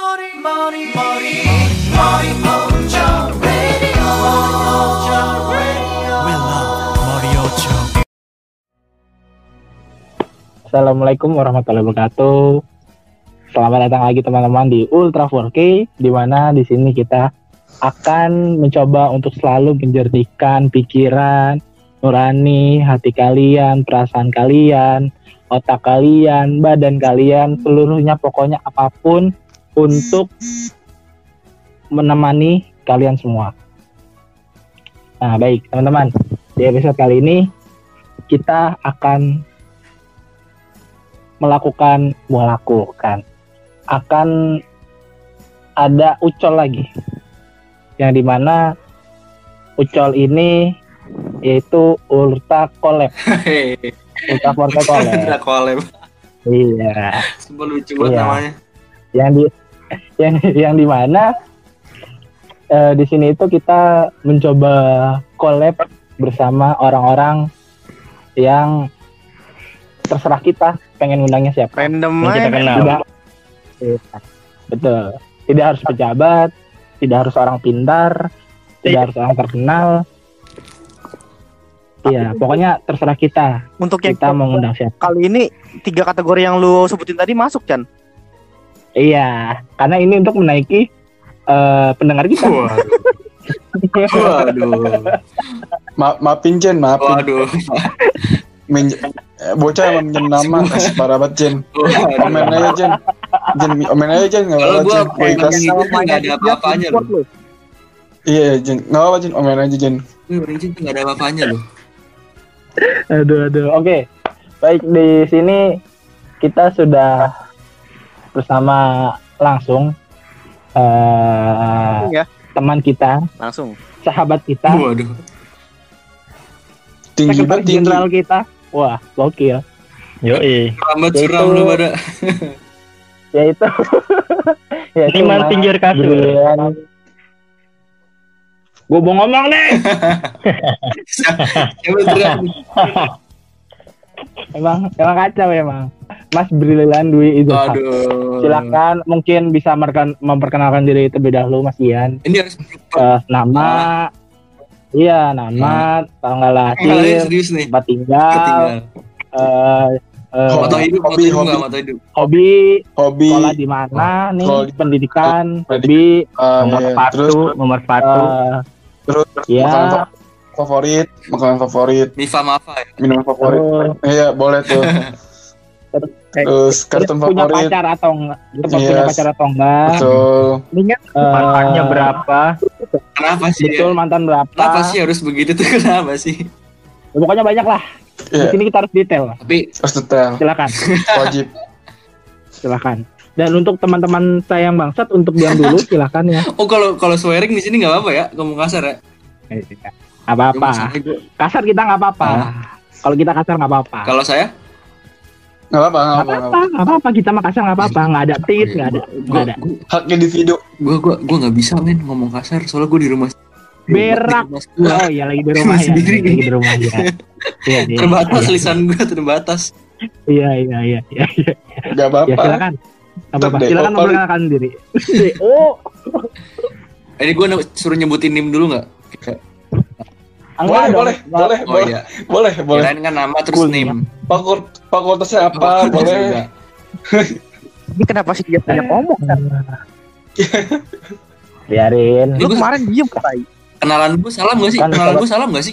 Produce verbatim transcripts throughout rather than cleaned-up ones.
Mori, Mori, Mori, Mori Ojo Radio. Ojo Radio. We love Mori Ojo. Assalamualaikum warahmatullahi wabarakatuh. Selamat datang lagi teman-teman di Ultra four K, di mana di sini kita akan mencoba untuk selalu menjernihkan pikiran, nurani, hati kalian, perasaan kalian, otak kalian, badan kalian, seluruhnya pokoknya apapun untuk menemani kalian semua. Nah, baik teman-teman, di episode kali ini kita akan melakukan, melakukan, akan ada ucol lagi, yang dimana ucol ini yaitu Ultra Collab. Ultra four K Collab. Ultra Collab. Iya. Sumpah lucu banget Iya. namanya. Yang di yang yang di mana eh, di sini itu kita mencoba collab bersama orang-orang yang terserah kita pengen undangnya siapa. Random Yang kita aja. kenal. Tidak, Iya, betul. Tidak harus pejabat, tidak harus orang pintar, tidak harus orang terkenal. Iya, pokoknya terserah kita. Untuk yang Kita mau ngundang siapa. kali ini tiga kategori yang lu sebutin tadi masuk, Chan. Iya, karena ini untuk menaiki eh, pendengar kita. Waduh. Ma- maafin Jen, maafin. Waduh. Min- eh, bocah yang minjem nama kasih parah banget Jen. Omen aja Jen. Jen, omen aja Jen, nggak Kalau apa-apa gua Jen. Gua ikhlas. pengen itu nggak ada apa-apanya loh. Iya Jen, nggak apa-apa Jen, omen aja Jen. Wih, Rinci tuh nggak ada apa-apanya loh. Aduh, aduh. Oke, baik, di sini kita sudah bersama langsung eh, Ya, teman kita, langsung. sahabat kita, Waduh. Tinggi sekretaris banget tinggi. jenderal kita. Wah, gokil. Yoi. Lambat Yaitu- suram lu pada. Yaitu yaitu Iman Mas pinggir kasur. Brilian. Gue mau ngomong nih. Siapa teriak nih? Emang emang kacau emang. Mas Brilian Dwi itu. Aduh. Silakan, mungkin bisa merken- memperkenalkan diri terlebih dahulu, Mas Ian. Ini harus Eh, nama, iya nama, tanggal Kalian lahir, serius nih. tempat tinggal, Ketinggalan. eh, eh, Moto hidup, moto hobi, hidup hobi. nggak moto hidup. hobi, Hobi. sekolah di mana nih, Sekolah di- pendidikan, Pendidik- hobi, Ah, nomor iya. sepatu, Terus nomor sepatu. eh, terus ya, makanan fa- favorit, makanan favorit, Mifa Mafa ya. minuman favorit. terus Iya, boleh tuh. Terus- Terus kartun punya favorit. pacar atau enggak, tempat punya Yes. pacar atau enggak, Betul. Ingat eh, Mantannya berapa? Kenapa sih? betul, Ya? mantan berapa, Kenapa sih harus begitu tuh? Kenapa sih? Ya, pokoknya banyak lah. Di Iya, sini kita harus detail. Tapi harus detail. Silakan, Wajib. silakan. Dan untuk teman-teman saya yang bangsat, untuk diam dulu, silakan ya. oh kalau kalau swearing di sini nggak apa-apa ya, ngomong kasar ya. Apa-apa. Masalahnya gua- Kasar kita nggak apa-apa. Ah. Kalau kita kasar nggak apa-apa. Kalau saya, Nggak apa-apa, nggak Nggak apa-apa. apa-apa, nggak apa-apa. Kita mah kasar nggak apa-apa. Nggak ada tit, nggak ada, nggak gua ada. Hak individu. gua gua gua nggak bisa men ngomong kasar soalnya gua di rumah. Berak. Di rumah gua. Oh iya, lagi di rumah ya. Sendiri. Lagi di rumah ya. Iya, iya. Terbatas Iya, lisan gua terbatas. Iya, iya, iya, iya. iya. Nggak Ya apa-apa. silakan. Nggak apa-apa. Dek, Silakan Opal. memperkenalkan diri. Oh, Ini gua ne- suruh nyebutin nim dulu nggak? Kayak- Boleh, enggak dong. boleh, Nggak- boleh, Oh boleh, iya. boleh, boleh. Kirain kan nama terus Cool. nim. Fakult, fakultasnya apa? Fakultas Boleh. juga. ini kenapa sih dia banyak ngomong, Chan? Biarin. Ini Lu gua- kemarin diem katanya. Kenalan gua salam nggak sih? Kan Kenalan kalau- gua salam nggak sih?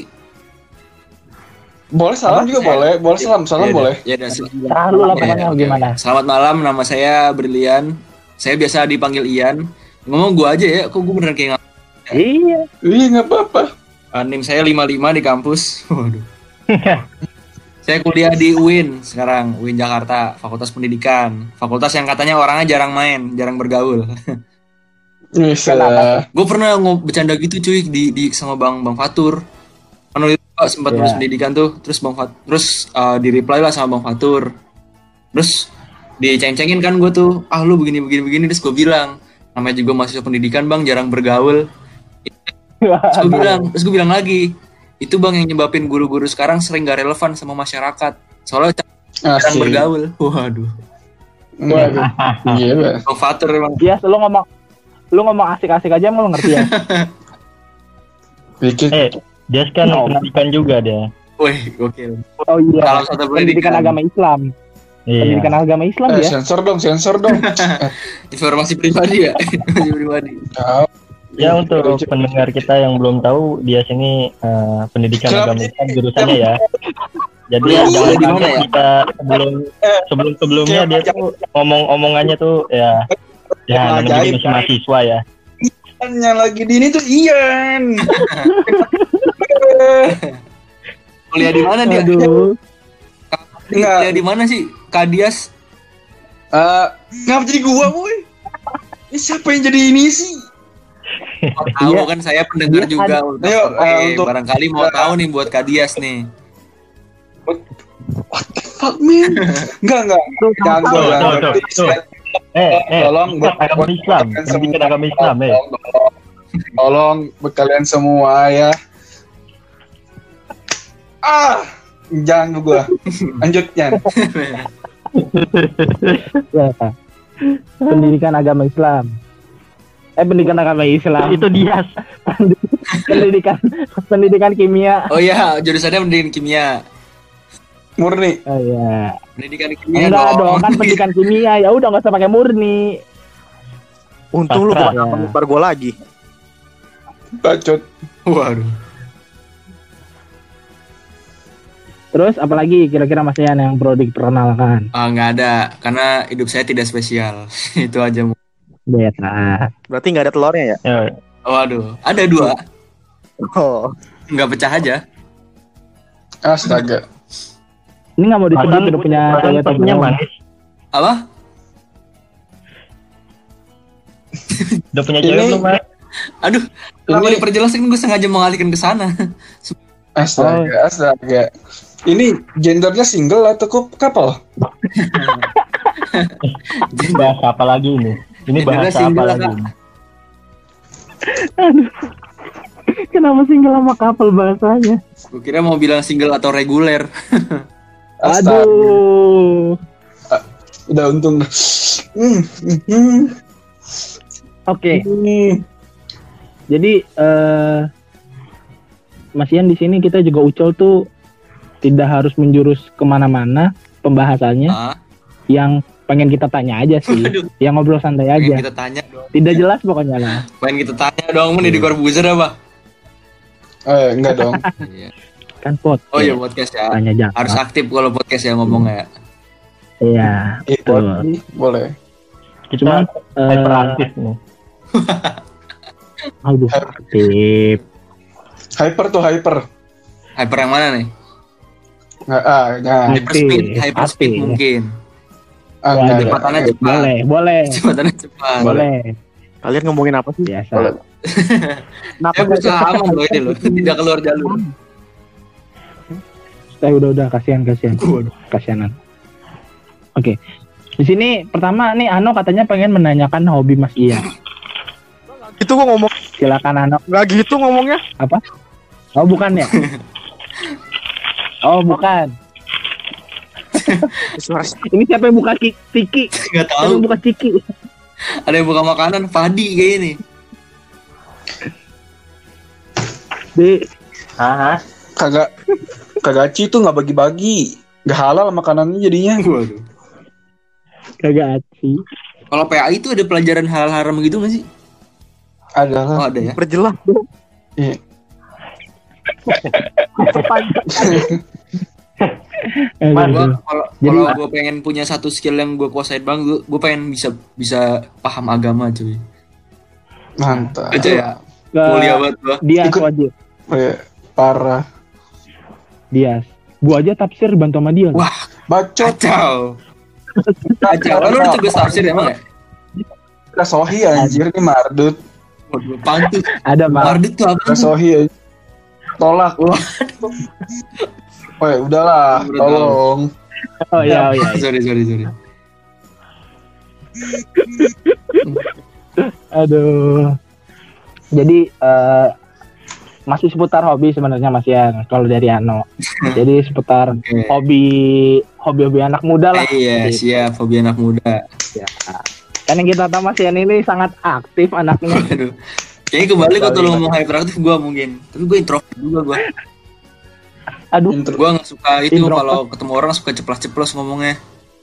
Boleh salam juga Saya- boleh. Boleh salam, salam Ya udah, boleh. Ya udah. sel- Terah lu lah Ya, pokoknya oke, gimana. oke. Selamat malam, nama saya Brilian. Saya biasa dipanggil Ian. Ngomong gua aja ya, kok gua beneran kayak nggak. Iya. Iya, nggak apa-apa. Uh, nim saya lima puluh lima di kampus. Waduh. Saya kuliah di U I N sekarang, U I N Jakarta, Fakultas Pendidikan. Fakultas yang katanya orangnya jarang main, jarang bergaul. Bisa. Gue pernah ngob bercanda gitu cuy di, di sama Bang Bang Fatur. Kan waktu itu Pak, sempat Iya. lulus pendidikan tuh, terus Bang Fat terus uh, di reply lah sama Bang Fatur. Terus diceng-cengin kan gue tuh, ah lu begini begini begini, terus gue bilang, namanya juga mahasiswa pendidikan Bang, jarang bergaul. Terus gue bilang, terus gue bilang lagi, itu Bang yang nyebabin guru-guru sekarang sering gak relevan sama masyarakat. Soalnya jarang Asik. bergaul. Waduh. Waduh. Iya, Bang. Bang Fatur emang. Iya, lu ngomong lu ngomong asik-asik aja emang lu ngerti ya. Pikir Eh, dia kan Oh. pendidikan juga dia. Wih, gokil. Oh iya. Salah satu Pendidikan pendidikan. agama Islam. Iya. Pendidikan agama Islam eh, ya. sensor dong, sensor dong. Eh, Informasi pribadi ya. Informasi pribadi. tahu. Ya untuk pendengar kita yang belum tahu, dia sini eh, pendidikan Kenapa agama sih? Islam jurusannya ya. Jadi Kuliah- jangan kuliah di mana kaget ya? kita sebelum sebelum sebelumnya dia tuh ngomong omongannya tuh ya ya namanya Ajaib. juga masih mahasiswa ya. Yang lagi di ini tuh Ian. Kuliah di mana dia? Aduh. Enggak. Kuliah di mana sih? Kadias. Eh, ngapa jadi gua, boy? Ini siapa yang jadi ini sih? Mau tahu Iya. kan saya pendengar Iya, juga. Ayo, Oke, eh, untuk- barangkali mau tahu nih buat Kadias nih. Fuck man. Enggak, enggak. Jangan Tuh, gua. tuh, jangan. tuh, Please, tuh. man. Eh, eh, Tolong buat agama Islam, kalian pendidikan semua. agama Islam, eh. Tolong, tolong. Tolong buat kalian semua ya. Ah, jangan gua. Lanjut, Yan. Ya. Pendidikan agama Islam. Eh pendidikan agama Islam. Itu dia. pendidikan pendidikan kimia. Oh iya, jurusannya pendidikan kimia. Murni. Oh iya. Pendidikan kimia Enggak dong, dong. kan pendidikan kimia. Ya udah enggak usah pakai murni. Untung lu Pasrah, bukan ya. nama bar gua lagi. Bacot. Waduh. Terus apalagi kira-kira Mas Ian yang perlu diperkenalkan? Ah, nggak ada, karena hidup saya tidak spesial. Itu aja. Beta. Berarti nggak ada telurnya ya? Ya, Waduh, ada dua. Oh. Nggak pecah aja. Astaga. Ini nggak mau disebut Padahal- udah punya padahal cewek atau pastinya belum? manis. Apa? Udah punya Ini- cewek belum, Mas? Aduh, kenapa Ini- diperjelas kan gue sengaja mengalihkan ke sana. Astaga, astaga. Ini gendernya single atau kup couple? Ini bahasa apa lagi ini? Ini Judulnya bahasa apa single, lagi? Kak. ini? Kenapa single sama couple bahasanya? Gue kira mau bilang single atau reguler. Astaga. Aduh. Udah untung. Hmm, hmm, hmm. Oke, Hmm. jadi eh Mas Ian di sini kita juga ucol tuh tidak harus menjurus kemana-mana pembahasannya. Ah, Yang pengen kita tanya aja sih, Waduh. yang ngobrol santai pengen aja. kita tanya dong. Tidak jelas pokoknya lah. Pengen kita tanya dong, ini di Corbuzier apa? Eh, enggak dong. Iya. Kan pot. Oh iya podcast ya. Tanya jawab. Harus aktif kalau podcast ya ngomongnya. Iya. Eh, Betul. boleh. Kita Cuman eh, hyperaktif nih. aduh, aktif. Hyper tuh hyper. Hyper yang mana nih? Nggak, ah, nggak. Hyper speed, Aktif, hyper speed aktif. mungkin. Ah, nggak ada. Kecepatannya cepat. Boleh, boleh, Kecepatannya cepat. boleh. Kalian ngomongin apa sih? Biasa. Boleh. Kenapa Ya nggak berusaha aman loh ini loh, tidak keluar jalur. Eh udah udah kasihan kasihan. Kasihanan. Oke. Di sini pertama nih Ano katanya pengen menanyakan hobi Mas Ian. itu gua ngomong Silakan Ano. nggak gitu ngomongnya? Oh bukan ya? Oh bukan. Suara Ini siapa yang buka ki- Tiki? Gak Siapa yang tahu. buka Tiki? Ada yang buka makanan, Fadi kayak ini. Di Ah, Kagak kagak Ci tuh nggak bagi-bagi. Nggak halal makanannya jadinya. Waduh. kagak aci. Kalau P A I itu ada pelajaran halal haram gitu nggak sih? Ada lah. Oh ada ya. perjelas dong. Iya. Mas, Gua Aduh. kalau Jadi- kalau gue pengen punya satu skill yang gue kuasain banget, gue pengen bisa bisa paham agama cuy. Mantap. Aja ya. Ke Mulia banget gua. Dias Ikut- wajib. Eh, parah. Dias. Gua aja tafsir bantu sama dia. Wah, Bacot. kacau. Kacau. Lu udah tugas tafsir emang ya? Kasohi anjir ini mardut. Waduh, pantu. Ada Mas. Mardut tuh apa? Kasohi anjir. Tolak. Wah. Woi, udahlah, Udah tolong. Oh iya, oh, iya. Sorry, sorry, sorry. Aduh. Jadi eh masih seputar hobi sebenarnya Mas Ian kalau dari Ano. Jadi seputar Oke. hobi hobi-hobi anak muda lah. Eh, iya, Gitu. siap, hobi anak muda. Ya. Kan yang kita tahu Mas Ian ini sangat aktif anaknya. Aduh. Kayaknya kebalik kalau lu ngomong hyperaktif gue mungkin. Tapi gue introvert juga gue. Aduh, Intro. Gue nggak suka itu Introvert. kalau ketemu orang suka ceplas-ceplos ngomongnya.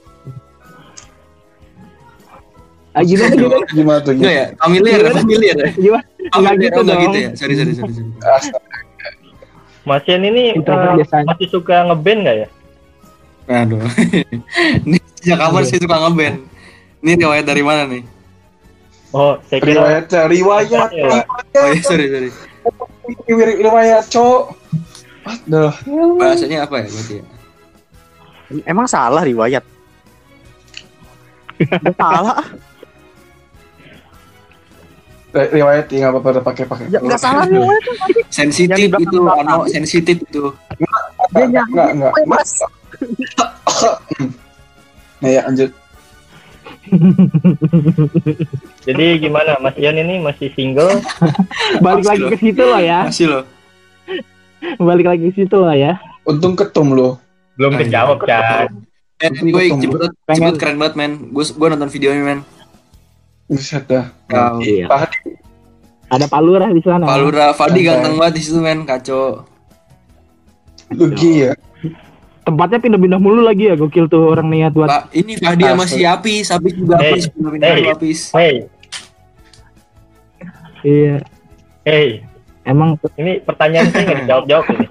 ah, gimana gimana? Gimana tuh? Enggak ya? Familiar, ya? familiar ya? Gimana? Nggak Familiar, gitu oh, nggak dong. gitu ya? Sorry, sorry, sorry. sorry. Astaga. Mas Ian ini Introvert eh, biasanya. masih suka ngeband nggak ya? Aduh. Ini sejak kapan sih suka ngeband? Ini riwayat dari mana nih? Oh, saya kira Riwayat, riwayat, Iya. Oh riwayat, iya, sorry, sorry. riwayat, riwayat, cok. Aduh. Bahasanya apa ya berarti ya? Emang salah riwayat? Nggak salah. Ri- Riwayat ya nggak apa-apa udah pakai pakai. Ya, nggak salah riwayat. Sensitif Yang di itu, belakang-belakang. ano, sensitif itu. Dia Enggak, enggak, enggak. Mas. Nah ya lanjut. jadi gimana Mas Ian ini masih single? Balik Masih lagi loh. ke situ loh ya. Masih loh. Balik lagi ke situ lah ya. Untung ketum lo. Belum kejawab, Chan. Eh, anyway, Jemput, Pengen- Jemput keren banget, men. Gue gue nonton videonya, men. Buset dah. Kau. Iya. Pak Ada Palura di sana. Pak Lura, Fadi Santai. ganteng banget di situ, men. Kacau. Lugi ya. Tempatnya pindah-pindah mulu lagi ya, gokil tuh orang niat buat. Pak, ini Fadi sama si Apis, Apis juga Hey, Apis, pindah-pindah hey. dulu Apis. Hey, Iya. hey, Emang ini pertanyaan saya nggak dijawab-jawab ini.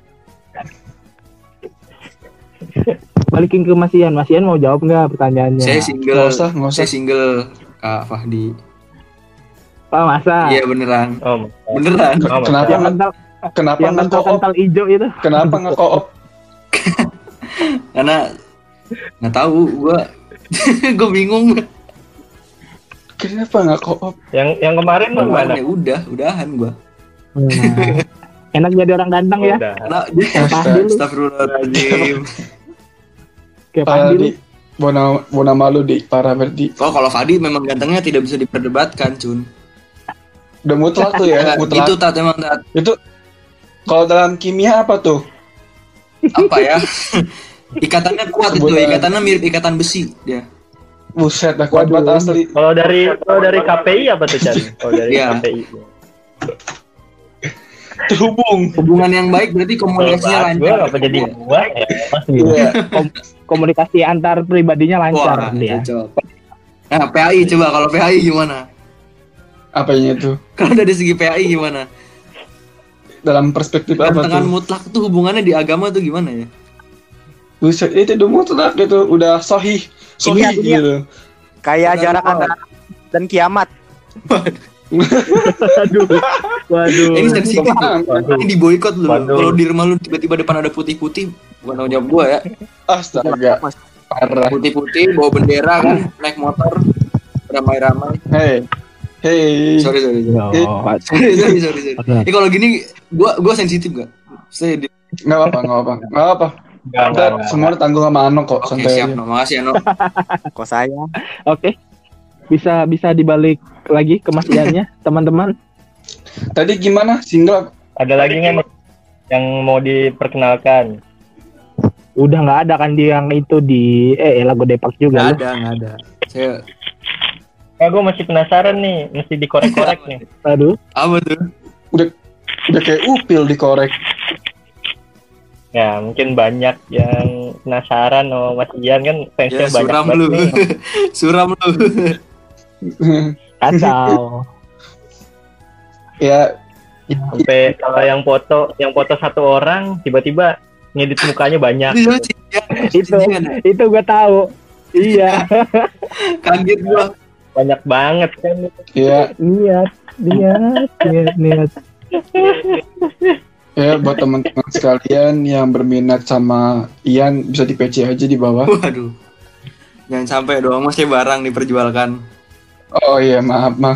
balikin ke Mas Ian. Mas Ian mau jawab nggak pertanyaannya? Saya Nggak single. usah, nggak usah. Saya single, Kak Fahdi. Oh, masa? Iya beneran. Oh, Beneran. oh, Kenapa Yang nggak kental, kenapa yang nggak koop? kental-kental hijau itu. Kenapa nggak koop? Karena nggak tahu, gue gue bingung. Kenapa nggak koop? yang yang kemarin tuh Kemarin mana? ya udah, udahan gue. Nah, enak jadi orang ganteng ya. Udah. Karena dia Fahdi lu. Astagfirullahaladzim. Kayak Parah Fahdi lu. di. Bona bona malu di. Parah berarti. Oh, kalau Fadi memang gantengnya tidak bisa diperdebatkan, Cun. Udah mutlak tuh ya. Nah, Mutlak. itu tat emang tat. Itu kalau dalam kimia apa tuh? Apa ya? Ikatannya kuat itu, Sebutan. ikatannya mirip ikatan besi dia. Buset dah kuat Waduh. banget asli. Kalau dari kalau dari K P I apa tuh, Chan? Kalau dari Iya. K P I. Terhubung. Hubungan yang baik berarti Kalau komunikasinya bahas lancar. gue apa jadi gua? Ya, Mas. Iya. Kom- komunikasi antar pribadinya lancar Wah, dia. cocok. Nah, P A I coba kalau P A I gimana? Apanya itu? Kalau dari segi P A I gimana? Dalam perspektif apa Gantengan tuh? mutlak tuh hubungannya di agama tuh gimana ya? Buset itu udah mutlak gitu. Udah sohih. Sohih Kimia, kimia. gitu. Kayak Benar, jarak Pak. antara dan kiamat. Waduh. Waduh. Ini sensitif. Paham. Ini di boykot lu. Waduh. Kalau di rumah lu tiba-tiba depan ada putih-putih, bukan tanggung jawab gua ya. Astaga. Mas. Parah. Putih-putih bawa bendera kan, naik motor ramai-ramai. Hei. Hei. Sorry, sorry. sorry. Oh, Sorry, sorry, sorry. sorry. Benar. Ini kalau gini gua gua sensitif gak? Saya di... Nggak apa-apa, nggak apa-apa. Nggak apa-apa. Enggak, enggak, Ntar enggak. semua ditanggung sama Ano kok. Oke, Santai siap, aja. no. Makasih, Ano. Kok saya? Oke. Bisa bisa dibalik lagi ke Mas Iannya, teman-teman. Tadi gimana? Single? Ada lagi nggak nih yang mau diperkenalkan? Udah nggak ada kan dia yang itu di eh lagu Depak juga. Nggak lu. ada, nggak ada. Saya Eh, gue masih penasaran nih, mesti dikorek-korek nih. Aduh. apa tuh? Udah kayak upil dikorek. Ya, mungkin banyak yang penasaran sama Mas Ian kan fansnya Ya, banyak suram banget lu. nih. Suram lu. Kacau. Ya, Sampai kalau yang foto, yang foto satu orang tiba-tiba ngedit mukanya banyak. Itu sih, ya. Itu itu gue tahu. Iya. Kaget gua. Banyak banget kan. ya, niat, niat, niat, niat. ya buat teman-teman sekalian yang berminat sama Ian bisa di P C aja di bawah. Waduh. Jangan sampai dong, masih barang diperjualkan. Oh iya, maaf, maaf.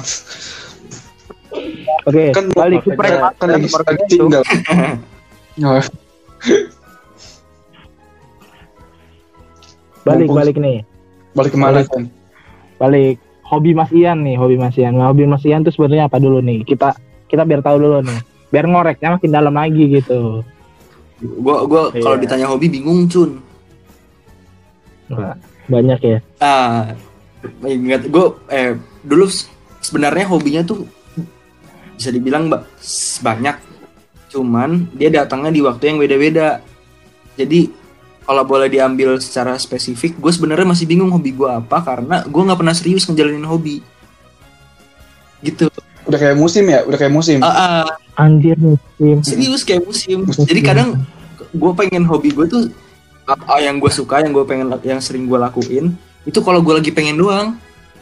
Oke, Kan balik. Super- kan lagi lagi single. Oh, Balik, mumpung- balik nih. balik kemana kan? Balik. Hobi Mas Ian nih, hobi Mas Ian. Hobi Mas Ian tuh sebenarnya apa dulu nih? Kita kita biar tahu dulu nih. biar ngoreknya makin dalam lagi gitu. Gua gua Iya. kalau ditanya hobi bingung, Cun. Wah, banyak ya. Ah, ingat gue eh dulu s- sebenarnya hobinya tuh bisa dibilang ba- s- banyak, cuman dia datangnya di waktu yang beda-beda. Jadi kalau boleh diambil secara spesifik, gue sebenarnya masih bingung hobi gue apa karena gue nggak pernah serius ngejalanin hobi. Gitu. Udah kayak musim ya, udah kayak musim. Ah, ah, Anjir musim. serius kayak musim. Musim. Jadi kadang gue pengen hobi gue tuh apa yang gue suka, yang gue pengen, yang sering gue lakuin itu kalau gue lagi pengen doang.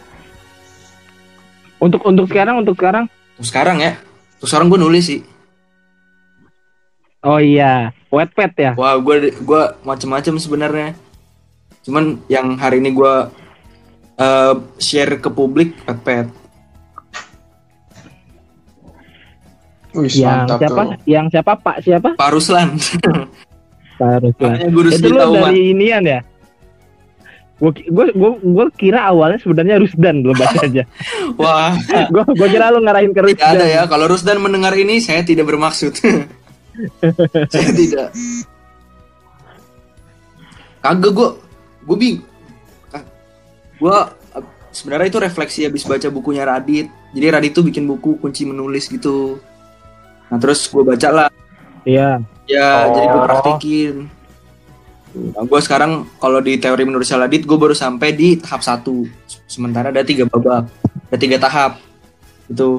Untuk untuk sekarang untuk sekarang. Terus sekarang ya, terus sekarang gue nulis sih. Oh iya, Wattpad ya. Wah, gue gua macem-macem sebenarnya. Cuman yang hari ini gue uh, share ke publik Wattpad. Wih, Yang mantap siapa? tuh. Yang siapa Pak siapa? Pak Ruslan. Pak Ruslan. Makanya gue harus Itu lu tahu dari inian ya? Gue gue gue gue kira awalnya sebenarnya Rusdan lo baca aja. Wah, Gue gue kira lu ngarahin ke tidak Rusdan. ada ya. Kalau Rusdan mendengar ini, saya tidak bermaksud. Saya tidak. Kagak, gue gue bing. Gue sebenarnya itu refleksi habis baca bukunya Radit. Jadi Radit tuh bikin buku kunci menulis gitu. Nah terus gue baca lah. Iya. Ya, Oh. jadi gue praktikin. Nah, gue sekarang kalau di teori menurut Saladit, gue baru sampai di tahap satu. Sementara ada tiga babak, ada tiga tahap. Itu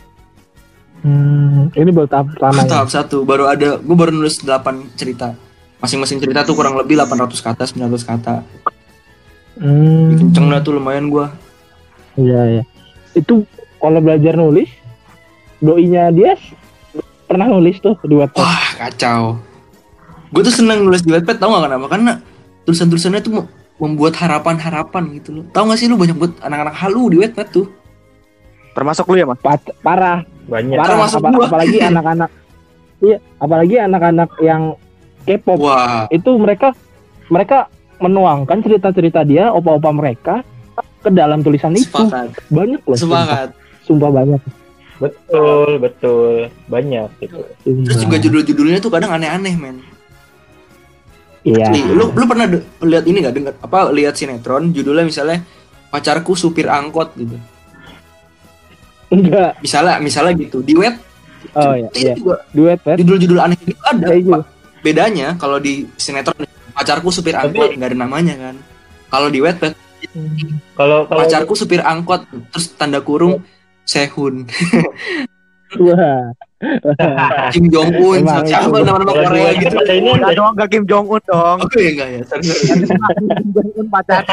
Hmm, ini baru tahap pertama. tahap satu. Baru ada, gue baru nulis delapan cerita. Masing-masing cerita tuh kurang lebih delapan ratus kata, sembilan ratus kata. Hmm, Kenceng dah tuh lumayan gue. iya ya. Itu kalau belajar nulis, doinya dia pernah nulis tuh di Wattpad. Wah, kacau. Gue tuh seneng nulis di Wattpad, tau gak kenapa? Karena tulisan-tulisannya tuh mem- membuat harapan-harapan gitu loh. Tau gak sih lu banyak buat anak-anak halu di Wattpad tuh? Termasuk lu ya, Mas? Pa- parah, Banyak. parah. Termasuk Apa- gua. apalagi anak-anak, iya, apalagi anak-anak yang K-pop. Wah, Itu mereka mereka menuangkan cerita-cerita dia, opa-opa mereka ke dalam tulisan itu. sepakat. Banyak loh. Sumpah, Sepakat. sumpah banyak. Betul, betul. Banyak gitu. Terus juga judul-judulnya tuh kadang aneh-aneh, men. Iya. Nih, lu lu pernah de- lihat ini nggak, dengar apa, lihat sinetron judulnya misalnya pacarku supir angkot gitu. Enggak. Misalnya misalnya gitu. Di web Oh iya, itu iya. juga Duet, Pet. judul-judul aneh gitu ada. Kayak gitu. Pak. Bedanya kalau di sinetron pacarku supir angkot nggak ada namanya kan. Kalau di web Kalau kalau pacarku supir angkot terus tanda kurung Sehun, Wah. Kim Jong Un, Emang siapa itu. nama-nama kalau Korea di gitu. Wattpad ada ini Enggak ada dong, enggak Kim Jong Un dong. Oke enggak ya? Sorry, sorry. Kim Jong Un pacar.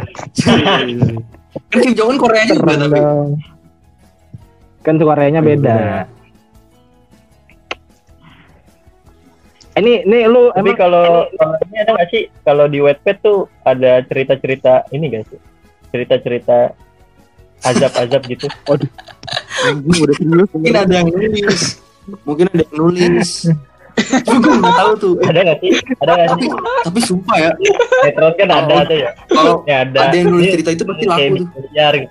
Kan Kim Jong Un Korea juga Keren tapi. dong. Kan suaranya beda. Ini nih lu Tapi emang kalau kalau ini ada nggak sih, kalau di Wattpad tuh ada cerita-cerita ini gak sih? Cerita-cerita azab-azab gitu. Anjing udah serius. Mungkin ada yang nulis. Mungkin ada yang nulis. Gue nggak tahu tuh. Eh, Ada nggak sih? Ada nggak tapi sih? tapi sumpah ya, Netron kan ada ada ya. kalau Ya ada. ada yang nulis Ini cerita itu pasti kayak laku di tuh. Twitter gitu.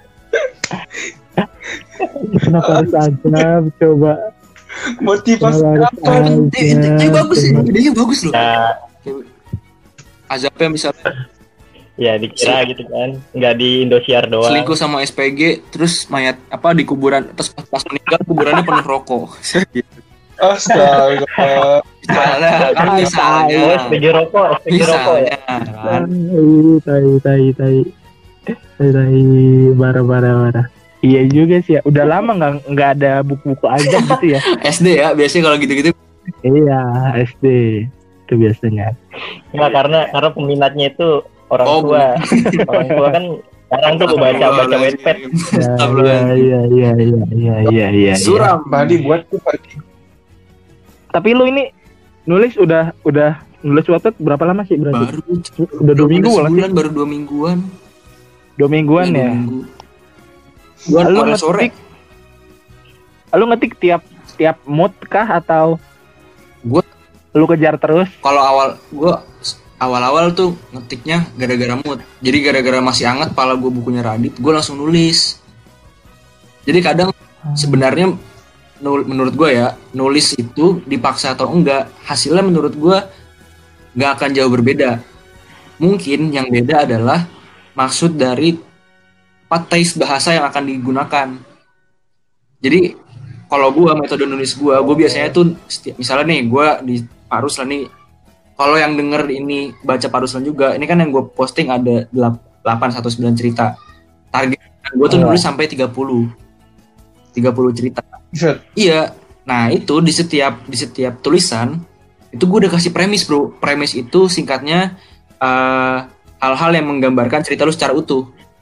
kenapa harus azab coba? Motivasi Kenapa apa? harus Ide- ide- Idenya bagus sih, idenya bagus loh. Nah, Azabnya misalnya ya dikira gitu kan. Nggak di Indosiar doang. selingkuh sama S P G, terus mayat apa di kuburan, terus pas, pas meninggal kuburannya penuh rokok. Astaga. Misalnya, kan misalnya, Oh, S P G rokok, S P G rokok ya. misalnya, kan. Ih, tai tai tai. Tai tai bara bara bara. Iya juga sih ya. Udah lama nggak nggak ada buku-buku azab gitu ya. S D ya, biasanya kalau gitu-gitu. Iya, S D itu biasanya. Nggak, karena karena peminatnya itu orang Oh, tua. Orang tua kan sekarang tuh gue baca baca Wattpad. Ya, Astagfirullahaladzim. iya iya iya iya iya iya. Suram. Badi buat tuh Badi. Tapi lu ini nulis udah udah nulis Wattpad berapa lama sih berarti? Baru Udah dua minggu udah lah sih. sebulan, baru dua mingguan. Dua mingguan Udah dua ya. minggu. Gua Lu sore sore. ngetik, lu ngetik tiap tiap mood kah atau Gua lu kejar terus? kalau awal gua awal-awal tuh ngetiknya gara-gara mood. Jadi gara-gara masih hangat pala gua bukunya Radit, gua langsung nulis. Jadi kadang sebenarnya nul- menurut gue ya, nulis itu dipaksa atau enggak, hasilnya menurut gue nggak akan jauh berbeda. Mungkin yang beda adalah maksud dari apa taste bahasa yang akan digunakan. Jadi kalau gue metode nulis gue, gue biasanya tuh seti- misalnya nih gue di Pak Ruslan nih, kalau yang denger ini baca Pak Ruslan juga, ini kan yang gue posting ada delapan satu sembilan cerita. Target gue tuh Iya. nulis sampai tiga puluh tiga puluh cerita. Buset. Iya. Nah, itu di setiap di setiap tulisan itu gue udah kasih premis, Bro. Premis itu singkatnya eh, hal-hal yang menggambarkan cerita lu secara utuh.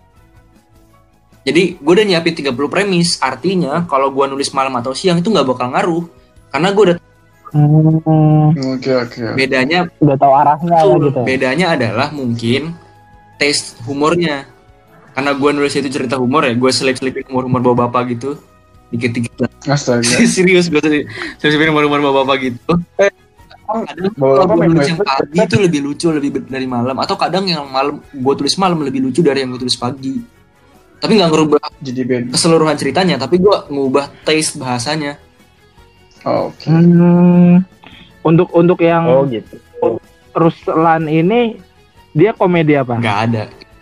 Jadi gue udah nyiapin tiga puluh premis. Artinya kalau gue nulis malam atau siang itu nggak bakal ngaruh. Karena gue udah Hmm, Oke oke. bedanya udah tahu arahnya lah Betul. gitu. Bedanya adalah mungkin taste humornya. Karena gue nulis itu cerita humor ya, gue selip-selipin humor-humur bawa bapak gitu. Dikit-dikit lah. Astaga. Serius gue selip- selipin humor-humor bawa bapak gitu. Kadang Bawa kalau bapak gue main nulis yang web. pagi itu lebih lucu lebih ber- dari malam. Atau kadang yang malam gue tulis malam lebih lucu dari yang gue tulis pagi. Tapi nggak ngerubah Jadi beda. keseluruhan ceritanya, tapi gue ngubah taste bahasanya. Oke. Hmm, untuk untuk yang Oh gitu. Ruslan ini dia komedi apa? Nggak ada.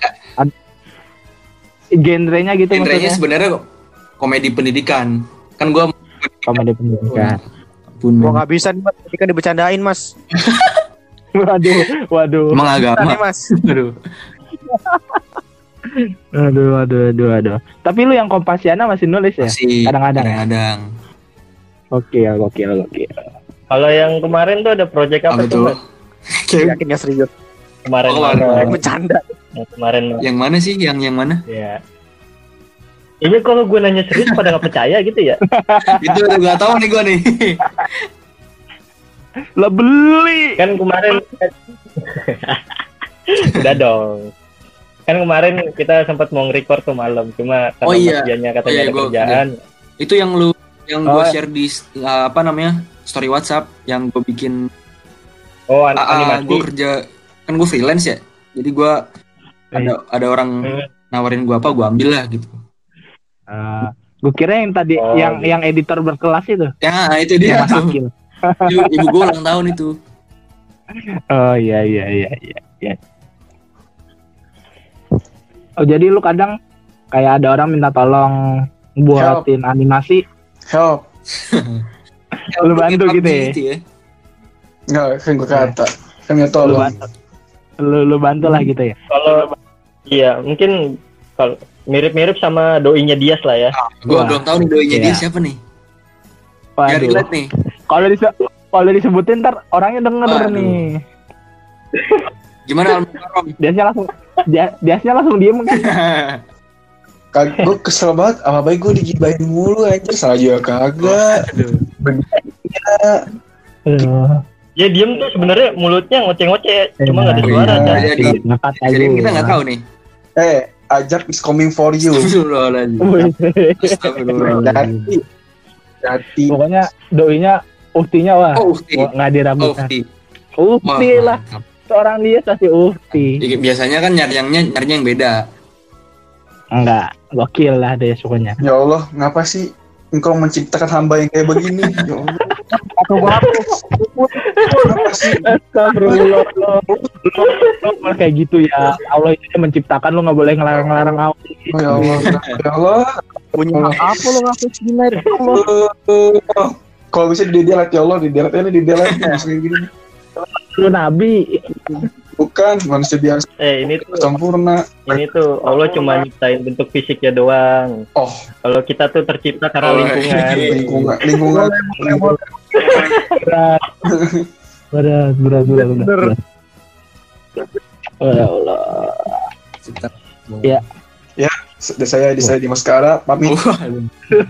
Genrenya gitu Genrenya maksudnya? sebenarnya komedi pendidikan. Kan gue Komedi pendidikan. pun Gua nggak bisa nih mas, tadi kan dibercandain mas. Waduh, waduh, emang Tadi agama. mas. Aduh. waduh, waduh, waduh, waduh. Tapi lu yang Kompasiana masih nulis ya? Masih Kadang-kadang. kadang-kadang. Oke, oke, oke. Kalau yang kemarin tuh ada project apa, Apa tuh? tuh? Mas? Kayak Yakin ya serius. Kemarin Oh, kemarin. mana? Bercanda. Yang kemarin. Mas. yang mana sih? Yang yang mana? Ya. Ini kalau gue nanya serius pada nggak percaya gitu ya? Itu udah gak tahu nih gue nih. Lah beli. Kan kemarin udah dong. Kan kemarin kita sempat mau nge-record tuh malam, cuma karena Oh iya. Mas Dianya katanya Oh iya, ada gua- kerjaan. Itu yang lu yang Oh, gue iya. share di uh, apa namanya? Story WhatsApp yang gue bikin Oh, an- uh, animasi. gue kerja kan gue freelance ya. Jadi gue ada ada orang Hmm. nawarin gue apa, gue ambil lah gitu. Uh, gue kira yang tadi Oh, yang gitu. yang editor berkelas itu. Ya, itu dia. Mas Akil. ibu ibu gue ulang tahun itu. Oh iya iya iya iya. iya. Oh jadi lu kadang kayak ada orang minta tolong buatin animasi, Help. Lu bantu Pakai gitu ya? PUBG ya. Enggak, kan gue kata. Kan nggak lu tolong. bantu, lu, lu bantu lah gitu ya. Kalau iya, mungkin kalau mirip-mirip sama doinya Dias lah ya. Gue Wah, belum tahu nih doinya iya. dia siapa nih. Biar Waduh. relate nih. Kalau dise- kalau disebutin ntar orangnya denger Waduh. nih. Gimana Al-Mukarram? Biasanya langsung dia biasanya langsung diem kan. Kag- gue kesel banget, apa baik gue digibahin mulu anjir, salah juga kagak. Aduh. Aduh. Dia diem tuh sebenarnya mulutnya ngoceh-ngoceh, cuma nggak ada Oh, suara. iya. Chan. Jadi Ngangkat aja. jadi kita nggak tahu nih. Eh, Ajak is coming for you. Astagfirullahaladzim. Astagfirullah. Jadi, jadi Pokoknya doinya uktinya wah. Oh, Ufti. Wah, nggak Oh, diragukan. Ufti. Ukti Wah, lah. mantap. Seorang dia pasti ukti. Iya, biasanya kan nyarinya nyarinya yang beda. Enggak, gokil lah dia sukanya. ya Allah, ngapa sih engkau menciptakan hamba yang kayak begini? Ya Allah. Aku bagus. Kenapa sih? Astagfirullah. Lu lu malah kayak gitu ya. Allah itu yang menciptakan, lu nggak boleh ngelarang-larang Allah. Oh, ya Allah, ya Allah. Punya hak apa lu ngaku sinar? Allah. Uh, Kalau bisa di delete ya Allah, di delete ini di delete kayak gini. Lu nabi. Bukan manusia biasa Eh ini tuh sempurna. ini tuh Allah cuma nyiptain bentuk fisiknya doang. Oh, Kalau kita tuh tercipta karena Oh, lingkungan. iya. lingkungan, lingkungan. Berat. Berat, berat, berat, berat. berat. Oh ya Allah. Ya. Saya di saya di Maskara, pamit. Waduh.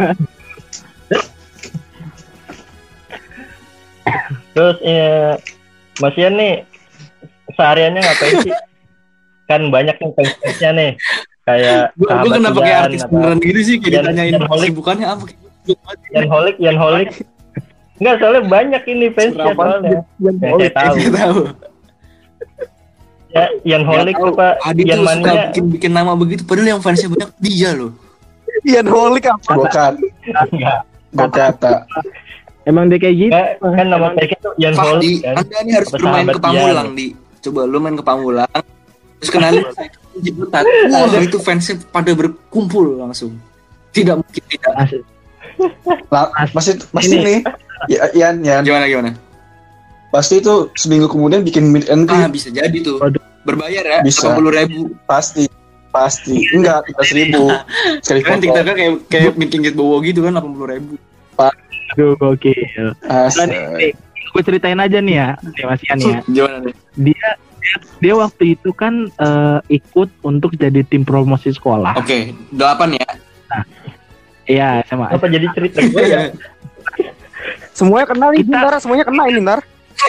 Terus ya, Mas Ian nih sehariannya ngapain sih? Kan banyak nih fansnya nih. Kayak Gue gue sahabat kenapa kayak Ian, artis apa- beneran gitu sih kayak Ian- ditanyain Ian Holik. kesibukannya apa? Ian Holik, Ian Holik. Enggak, soalnya banyak ini fansnya soalnya. Yang saya tahu. Nggak tahu. Ya, Ian Holik Nggak tuh tahu. Pak, Adi Ian tuh suka Mania. bikin bikin nama begitu padahal yang fansnya banyak dia loh. Ian Holik apa? Bukan. Enggak. Gue kata. Emang dia kayak gitu. Kan, kan nama mereka tuh Ian Holt Fahdi, kan. Anda ini harus Apa bermain sahabat ke Pamulang, Ian. Di. Coba lu main ke Pamulang. Terus kenalin saya Ciputat. Wah, itu fansnya pada berkumpul langsung. Tidak mungkin tidak. Asli. Lah, pasti pasti Ini. nih. Ya, Ian, Ian. Gimana gimana? Pasti itu seminggu kemudian bikin meet and Ah, greet. bisa jadi tuh. Waduh. Berbayar ya, Bisa. delapan puluh ribu. Pasti. Pasti. Enggak, tiga seribu. Sekali Kan foto. TikToknya kayak kayak meeting gitu Bowo gitu kan delapan puluh ribu. Aduh, gokil. Nah, Asal. nih, gue ceritain aja nih ya, nih Mas Ian ya. Gimana nih? Dia dia, dia waktu itu kan eh, ikut untuk jadi tim promosi sekolah. Oke, delapan ya. Iya, sama. Apa jadi cerita gue ya? Semuanya kena nih, Kita- Ntar. Semuanya kena ini, Ntar.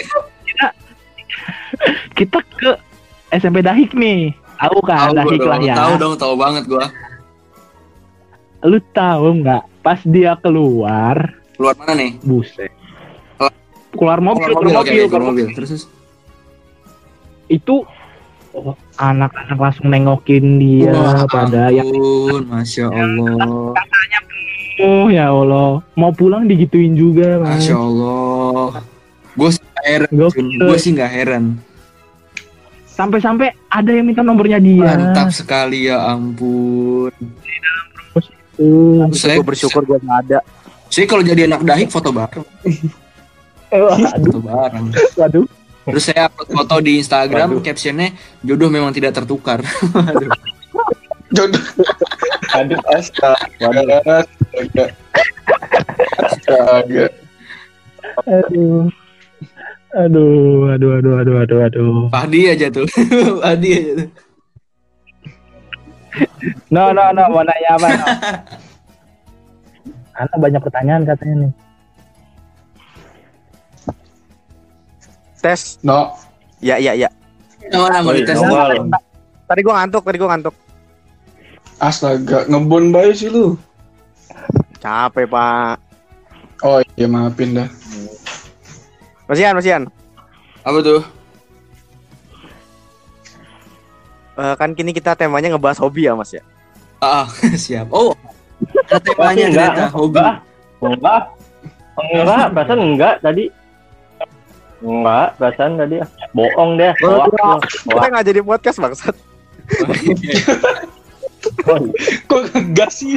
Kita ke S M P Dahik nih. Tahu kan, Tahu Dahik gua lah dong, ya. tahu dong, tahu banget gua. Lu tahu nggak? Pas dia keluar, Keluar mana nih? buset. Oh. Keluar mobil, Keluar keluar oke, mobil, oke, keluar keluar mobil. Terus terus. itu oh, anak-anak langsung nengokin dia Wah, pada yang ampun, Masya Allah. oh ya Allah mau pulang digituin juga Mas. Masya Allah. Gue sih nggak heran, Gokil. gue sih nggak heran. Sampai-sampai ada yang minta nomornya dia. Mantap sekali ya ampun. Tuh. Saya, Gue bersyukur gue gak ada. saya kalau jadi anak Dahik foto bareng, Eh, waduh, foto bareng. waduh. Terus saya upload foto di Instagram, captionnya jodoh memang tidak tertukar. Aduh. Jodoh. Aduh, Astaga. Astaga. Astaga. Aduh. Aduh, aduh, aduh, aduh, aduh, aduh. Fahdi aja tuh, Fahdi aja tuh. No, no, no, mau nanya apa? No? Anak banyak pertanyaan katanya nih. Tes. No. Ya, ya, ya. Mana mau dites? nongol. Tadi gue ngantuk, tadi gue ngantuk. Astaga, ngebon bae sih lu. Capek, Pak. Oh iya, maafin dah. Mas Ian, Mas Ian. Apa tuh? Eh, kan kini kita temanya ngebahas hobi ya, Mas ya. Ah, siap. Oh, ada temanya Enggak, ternyata hobi. enggak. Enggak. Enggak, perasaan enggak tadi. Enggak, perasaan tadi. Bohong deh. Hoak lu. Kita Hoak. nggak jadi podcast, bangsat. Kok ngegas sih?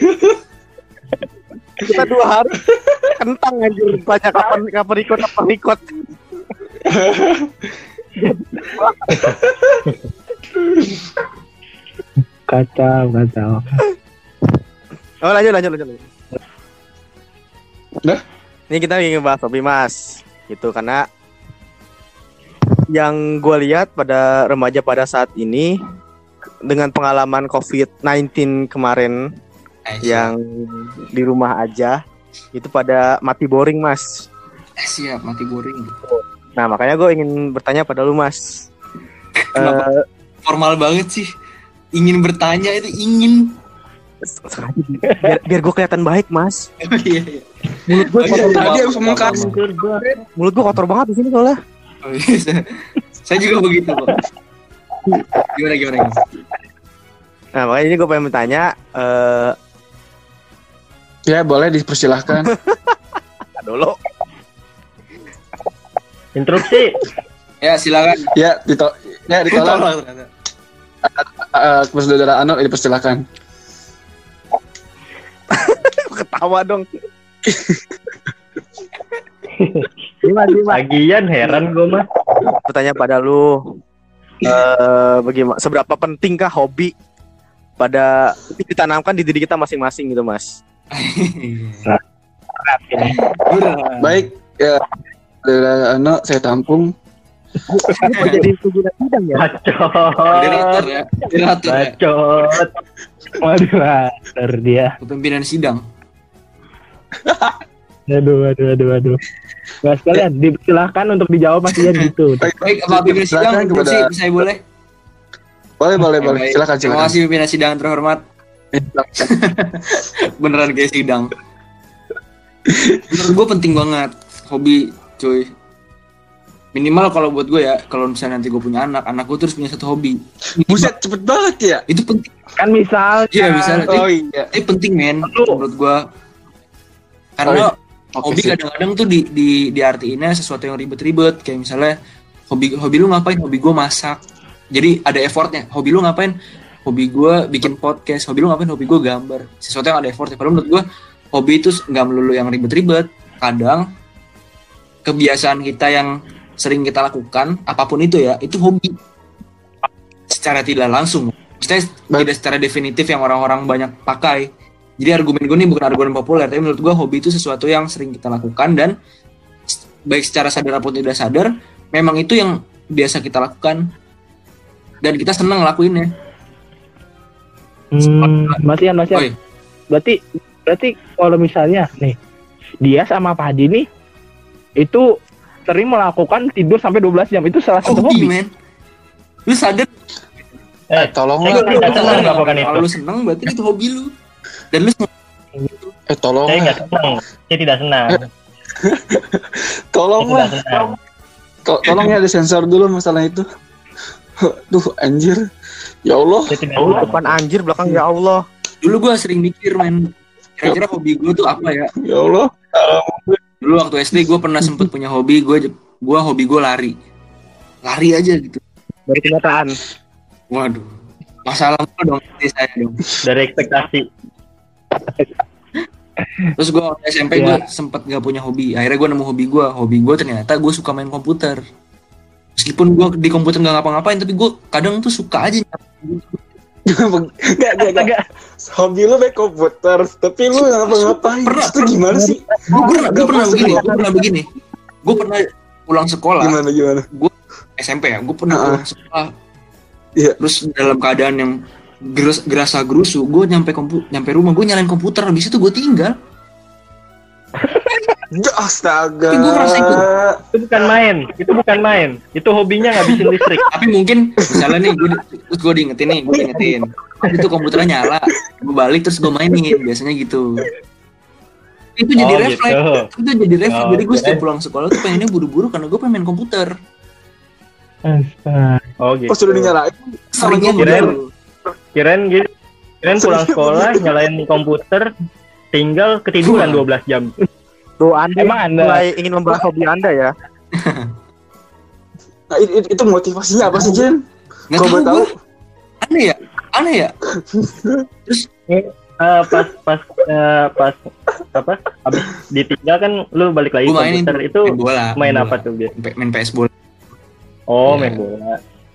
Kita dua hari kentang anjir. Tanya kapan kapan ikut kapan ikut. Kacau, kacau. Oh lanjut lanjut lanjut. lanjut. Dah? Ini kita lagi ngebahas hobi mas, gitu karena yang gue lihat pada remaja pada saat ini dengan pengalaman covid sembilan belas kemarin Eh, yang di rumah aja itu pada mati boring mas. siap. Eh, siap, mati boring. Nah makanya gue ingin bertanya pada lu mas. Kenapa? Eh, Formal banget sih. Ingin bertanya itu ingin. biar, biar gue kelihatan baik mas. Iya, iya. Mulut gue Oh, iya, kotor, Tadi maaf, harus ngomong maaf, kas. maaf. mulut gue kotor banget di sini soalnya. Oh, iya, saya- Saya juga begitu kok. Gimana gimana gimana? Nah makanya ini gue pengen bertanya. Eh, Ya boleh dipersilahkan. dulu. Instruksi. Ya silakan. Ya ditol ya ditolak. Tolong, ternyata. Uh, Saudara Ano dipersilahkan. Ketawa dong. Gimana gimana? Lagian heran gue mah. Bertanya pada lu, eh bagaimana? Seberapa pentingkah hobi pada ditanamkan di diri kita masing-masing gitu mas? Berat. Baik, ya Saudara Ano saya tampung. Ini kok jadi tujuan sidang ya? Bacot. Moderator ya. Moderator ya. Bacot. Moderator dia. Kepemimpinan sidang. Aduh, aduh, aduh, aduh. Nggak sekalian, dipersilahkan untuk dijawab Mas Ian gitu. Baik, apa pimpinan sidang? Silakan kepada- Kepada... Saya boleh? Boleh, boleh, boleh. Baik. Silakan, Terima silakan. kasih pimpinan sidang terhormat. Beneran kayak sidang. Menurut gue penting banget hobi, cuy. Minimal kalau buat gue ya, kalau misalnya nanti gue punya anak, anak gue terus punya satu hobi. Buset, cepet banget ya. Itu penting. Kan misal Iya, misalnya. Oh Tapi, iya. tapi penting men, menurut gue. Karena Oke, hobi sip. kadang-kadang tuh di di diartiinnya sesuatu yang ribet-ribet, kayak misalnya hobi hobi lu ngapain? Hobi gue masak. Jadi ada effortnya. Hobi lu ngapain? Hobi gue bikin podcast. Hobi lu ngapain? Hobi gue gambar. Sesuatu yang ada effortnya. Padahal menurut gue hobi itu nggak melulu yang ribet-ribet. Kadang kebiasaan kita yang sering kita lakukan, apapun itu ya, itu hobi. Secara tidak langsung. Maksudnya Baik. tidak secara definitif yang orang-orang banyak pakai. Jadi argumen gue ini bukan argumen populer, tapi menurut gue hobi itu sesuatu yang sering kita lakukan dan baik secara sadar ataupun tidak sadar, memang itu yang biasa kita lakukan dan kita senang ngelakuinnya. Hmm, Mas Ian, Mas Ian. Oi, Berarti berarti kalau misalnya nih dia sama Pak Haji nih itu sering melakukan tidur sampai dua belas jam, itu salah satu hobi, hobi. men. Lu sadar? Eh, Tolonglah. saya tidak senang melakukan itu. Kalau lu senang berarti itu hobi lu. Dan lu senang. Eh tolong. Saya nggak senang. Saya tidak senang. Saya Tolong tidak lah. senang. To- Tolong ya ada sensor dulu masalah itu. Duh anjir. Ya Allah. Saya tidak Oh, senang. depan anjir, belakang ya Allah. Dulu gue sering mikir, men. Kira-kira hobi gue tuh apa ya? Ya Allah. Dulu waktu S D gue pernah sempet punya hobi, gue gue hobi gue lari. Lari aja gitu. Dari kenyataan. Waduh. Masalah apa dong ini saya dong. Dari ekspektasi. Terus gue waktu S M P Iya. gue sempet gak punya hobi. Akhirnya gue nemu hobi gue. Hobi gue ternyata gue suka main komputer. Meskipun gue di komputer gak ngapa-ngapain, tapi gue kadang tuh suka aja. Gak, gak, gak. Hobi lu main komputer, tapi lu ngapa-ngapain? Pernah, Itu gimana sih? Gue pernah, gue Gak pernah masuk begini. ya? Gue pernah begini. Gue pernah pulang sekolah. Gimana, gimana? S M P ya. Gue pernah Uh-uh. pulang sekolah. Iya. Terus dalam keadaan yang geras, gerasa gerusu, gue nyampe kompu, nyampe rumah, gue nyalain komputer. Habis itu gue tinggal. Ya, astaga. Tapi gua ngerasain tuh. Itu bukan main. Itu bukan main. Itu hobinya ngabisin listrik. Tapi mungkin misalnya nih gue terus gue diingetin nih, gue diingetin. Itu komputernya nyala, gue balik terus gue mainin, biasanya gitu. Itu jadi Oh, refleks, gitu. itu jadi refleks. Oh, Jadi gue setiap kirain. pulang sekolah tuh pengennya buru-buru karena gue pengen main komputer. Astaga. Oh gitu. Oh sudah dinyalain? Seringnya Kirain- gitu. Kirain gitu. Kirain pulang sekolah nyalain komputer, tinggal ketiduran dua belas jam. Tuh Anda Emang Anda- mulai ingin membahas hobi Anda ya. Nah, itu, itu motivasinya apa sih, Jen? Nggak Kau tahu tahu? gue. Aneh ya, aneh ya. Eh, pas pas eh, pas apa? Habis ditinggal kan lu balik lagi Gue mainin komputer itu main bola. main bola. apa tuh biasa? Main- Main P S bola. Oh, Iya. main bola.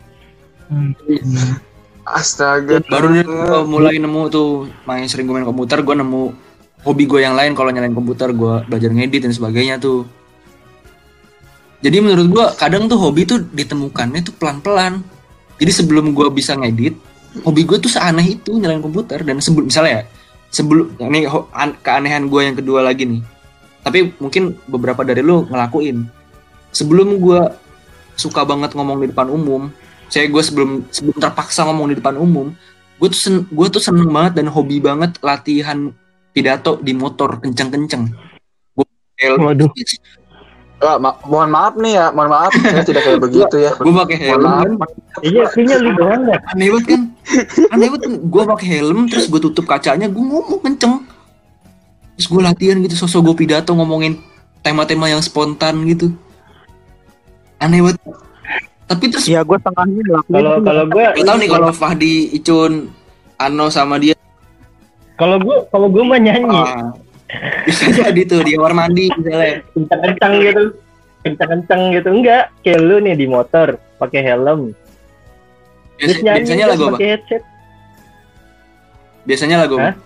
Astaga. Baru gue mulai nemu tuh main sering gue main komputer, gue nemu hobi gue yang lain kalau nyalain komputer, gue belajar ngedit dan sebagainya tuh. Jadi menurut gue kadang tuh hobi tuh ditemukannya tuh pelan-pelan. Jadi sebelum gue bisa ngedit, hobi gue tuh seaneh itu nyalain komputer. Dan sebelum misalnya ya, sebelum ini ho- an- keanehan gue yang kedua lagi nih. Tapi mungkin beberapa dari lu ngelakuin. Sebelum gue suka banget ngomong di depan umum, saya gue sebelum sebelum terpaksa ngomong di depan umum, gue tuh sen, gue tuh seneng banget dan hobi banget latihan pidato di motor kenceng-kenceng. Gue Waduh. Wah, ma- mohon maaf nih ya, mohon maaf saya tidak kayak begitu ya. gue pakai Mohon helm maaf. kan, Iya, kayaknya lu doang dah. aneh banget kan, aneh banget kan. Gue pakai helm terus gue tutup kacanya, gue ngomong kenceng, terus gue latihan gitu, sosok gue pidato ngomongin tema-tema yang spontan gitu, aneh banget. Tapi terus Iya, gue setengahnya ngelakuin. Kalau kalau gue gak tau nih kalau Fahdi, Icun, Ano sama dia, kalau gue kalau gue mah nyanyi ah, bisa jadi tuh di kamar mandi misalnya. kencang-kencang gitu. Kencang-kencang gitu. Enggak, kayak lu nih di motor pakai helm. Terus Biasa- nyanyi biasanya kan lagu apa? pakai headset. Biasanya lagu apa? Hah?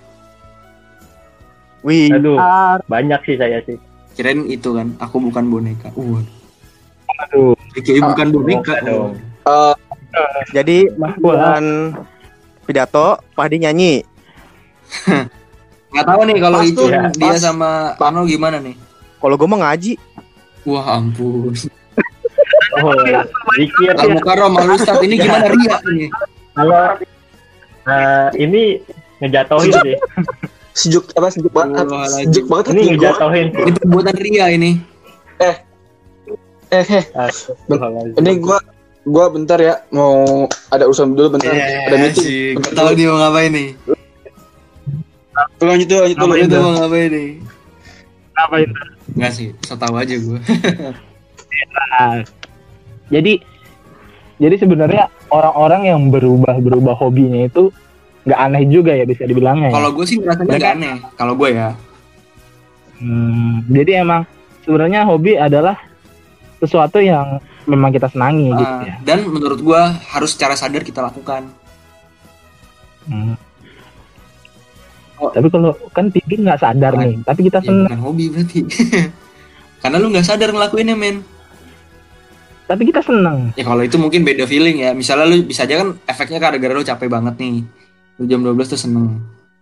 Wih, Aduh. are Banyak sih saya sih. Kirain itu kan, aku bukan boneka. Uh, Aduh. kirain bukan boneka. Oh, dong. Eh, jadi Mas bola. bulan pidato, Fahdi nyanyi. Nggak tahu nih kalau Pas itu tuh, dia pas. sama Ano gimana nih? Kalau gue mau ngaji. Wah ampun. Oh, zikir Al ya. Mukarram Al Ustadz ini gimana Ria ini? Kalau eh, ini ngejatohin sih. sejuk apa sejuk banget, Astagfirullahaladzim. sejuk banget Ini hati gua. ngejatohin. Ini perbuatan Ria ini. Eh, eh, Astagfirullahaladzim. ini gua gua bentar ya, mau ada urusan dulu bentar, ada meeting. Gak tahu dia mau ngapain nih. Lanjut dulu, lanjut dulu. Ngapain tuh mau ngapain nih? Apa itu? Enggak sih, so tau aja gue. Nah, jadi jadi sebenarnya orang-orang yang berubah-berubah hobinya itu nggak aneh juga ya bisa dibilangnya. Kalau Ya? gue sih ngerasanya Mereka- nggak aneh. Kalau gue ya. Hmm, jadi emang sebenarnya hobi adalah sesuatu yang memang kita senangi gitu Ah, ya. dan menurut gue harus secara sadar kita lakukan. Hmm. Oh. Tapi kalau kan tidur nggak sadar Ah, nih, tapi kita Ya senang. bukan hobi berarti. Karena lu nggak sadar ngelakuinnya, men. Tapi kita senang. Ya kalau itu mungkin beda feeling ya. Misalnya lu bisa aja kan efeknya gara-gara lu capek banget nih. Lu jam dua belas tuh seneng.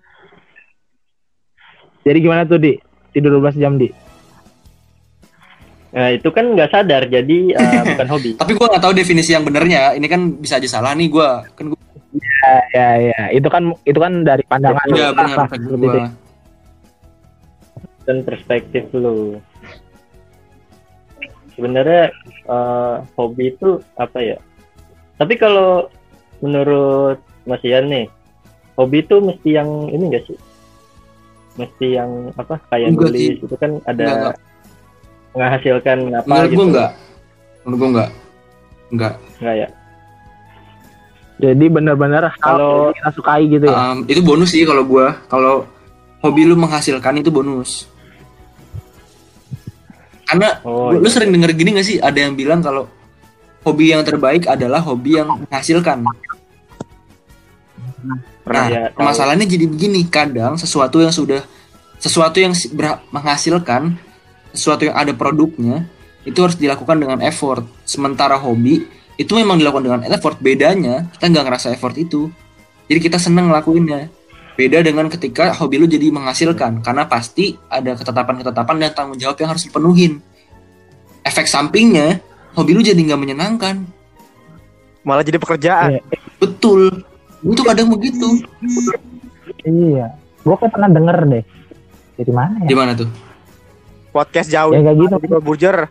Jadi gimana tuh Di? Tidur dua belas jam Di? Nah, itu kan nggak sadar, jadi eh, bukan hobi. Tapi gua nggak tahu definisi yang benernya. Ini kan bisa aja salah nih gua. Kan gua Ya, ya, ya. Itu kan itu kan dari pandangan iya lu. benar Lah, efek seperti gua. itu. Dan perspektif lu. Sebenarnya eh, hobi itu apa ya? Tapi kalau menurut Mas Ian nih, hobi itu mesti yang ini enggak sih? Mesti yang apa? Kayak Enggak nulis sih. itu kan ada Enggak, enggak. menghasilkan apa Menurut gitu. gua enggak. Menurut gua enggak. Enggak. Enggak ya? Jadi benar-benar hal Kalau- yang kita sukai gitu ya. Um, itu bonus sih kalau gua. Kalau hobi lu menghasilkan itu bonus. Karena Oh, lu, lu iya. sering denger gini gak sih? Ada yang bilang kalau hobi yang terbaik adalah hobi yang menghasilkan. Nah, Ya, tahu. masalahnya jadi begini. Kadang sesuatu yang sudah sesuatu yang si- ber- menghasilkan, sesuatu yang ada produknya, itu harus dilakukan dengan effort. Sementara hobi itu memang dilakukan dengan effort. Bedanya kita nggak ngerasa effort itu. Jadi kita seneng ngelakuinnya. Beda dengan ketika hobi lu jadi menghasilkan, karena pasti ada ketetapan-ketetapan dan tanggung jawab yang harus dipenuhin. Efek sampingnya, hobi lu jadi nggak menyenangkan. Malah jadi pekerjaan. Iya. Betul. Itu kadang begitu. Iya. Gue kayak pernah denger deh. Dari mana ya? Di mana tuh? Podcast jauh. Ya kayak gitu. Di Burger.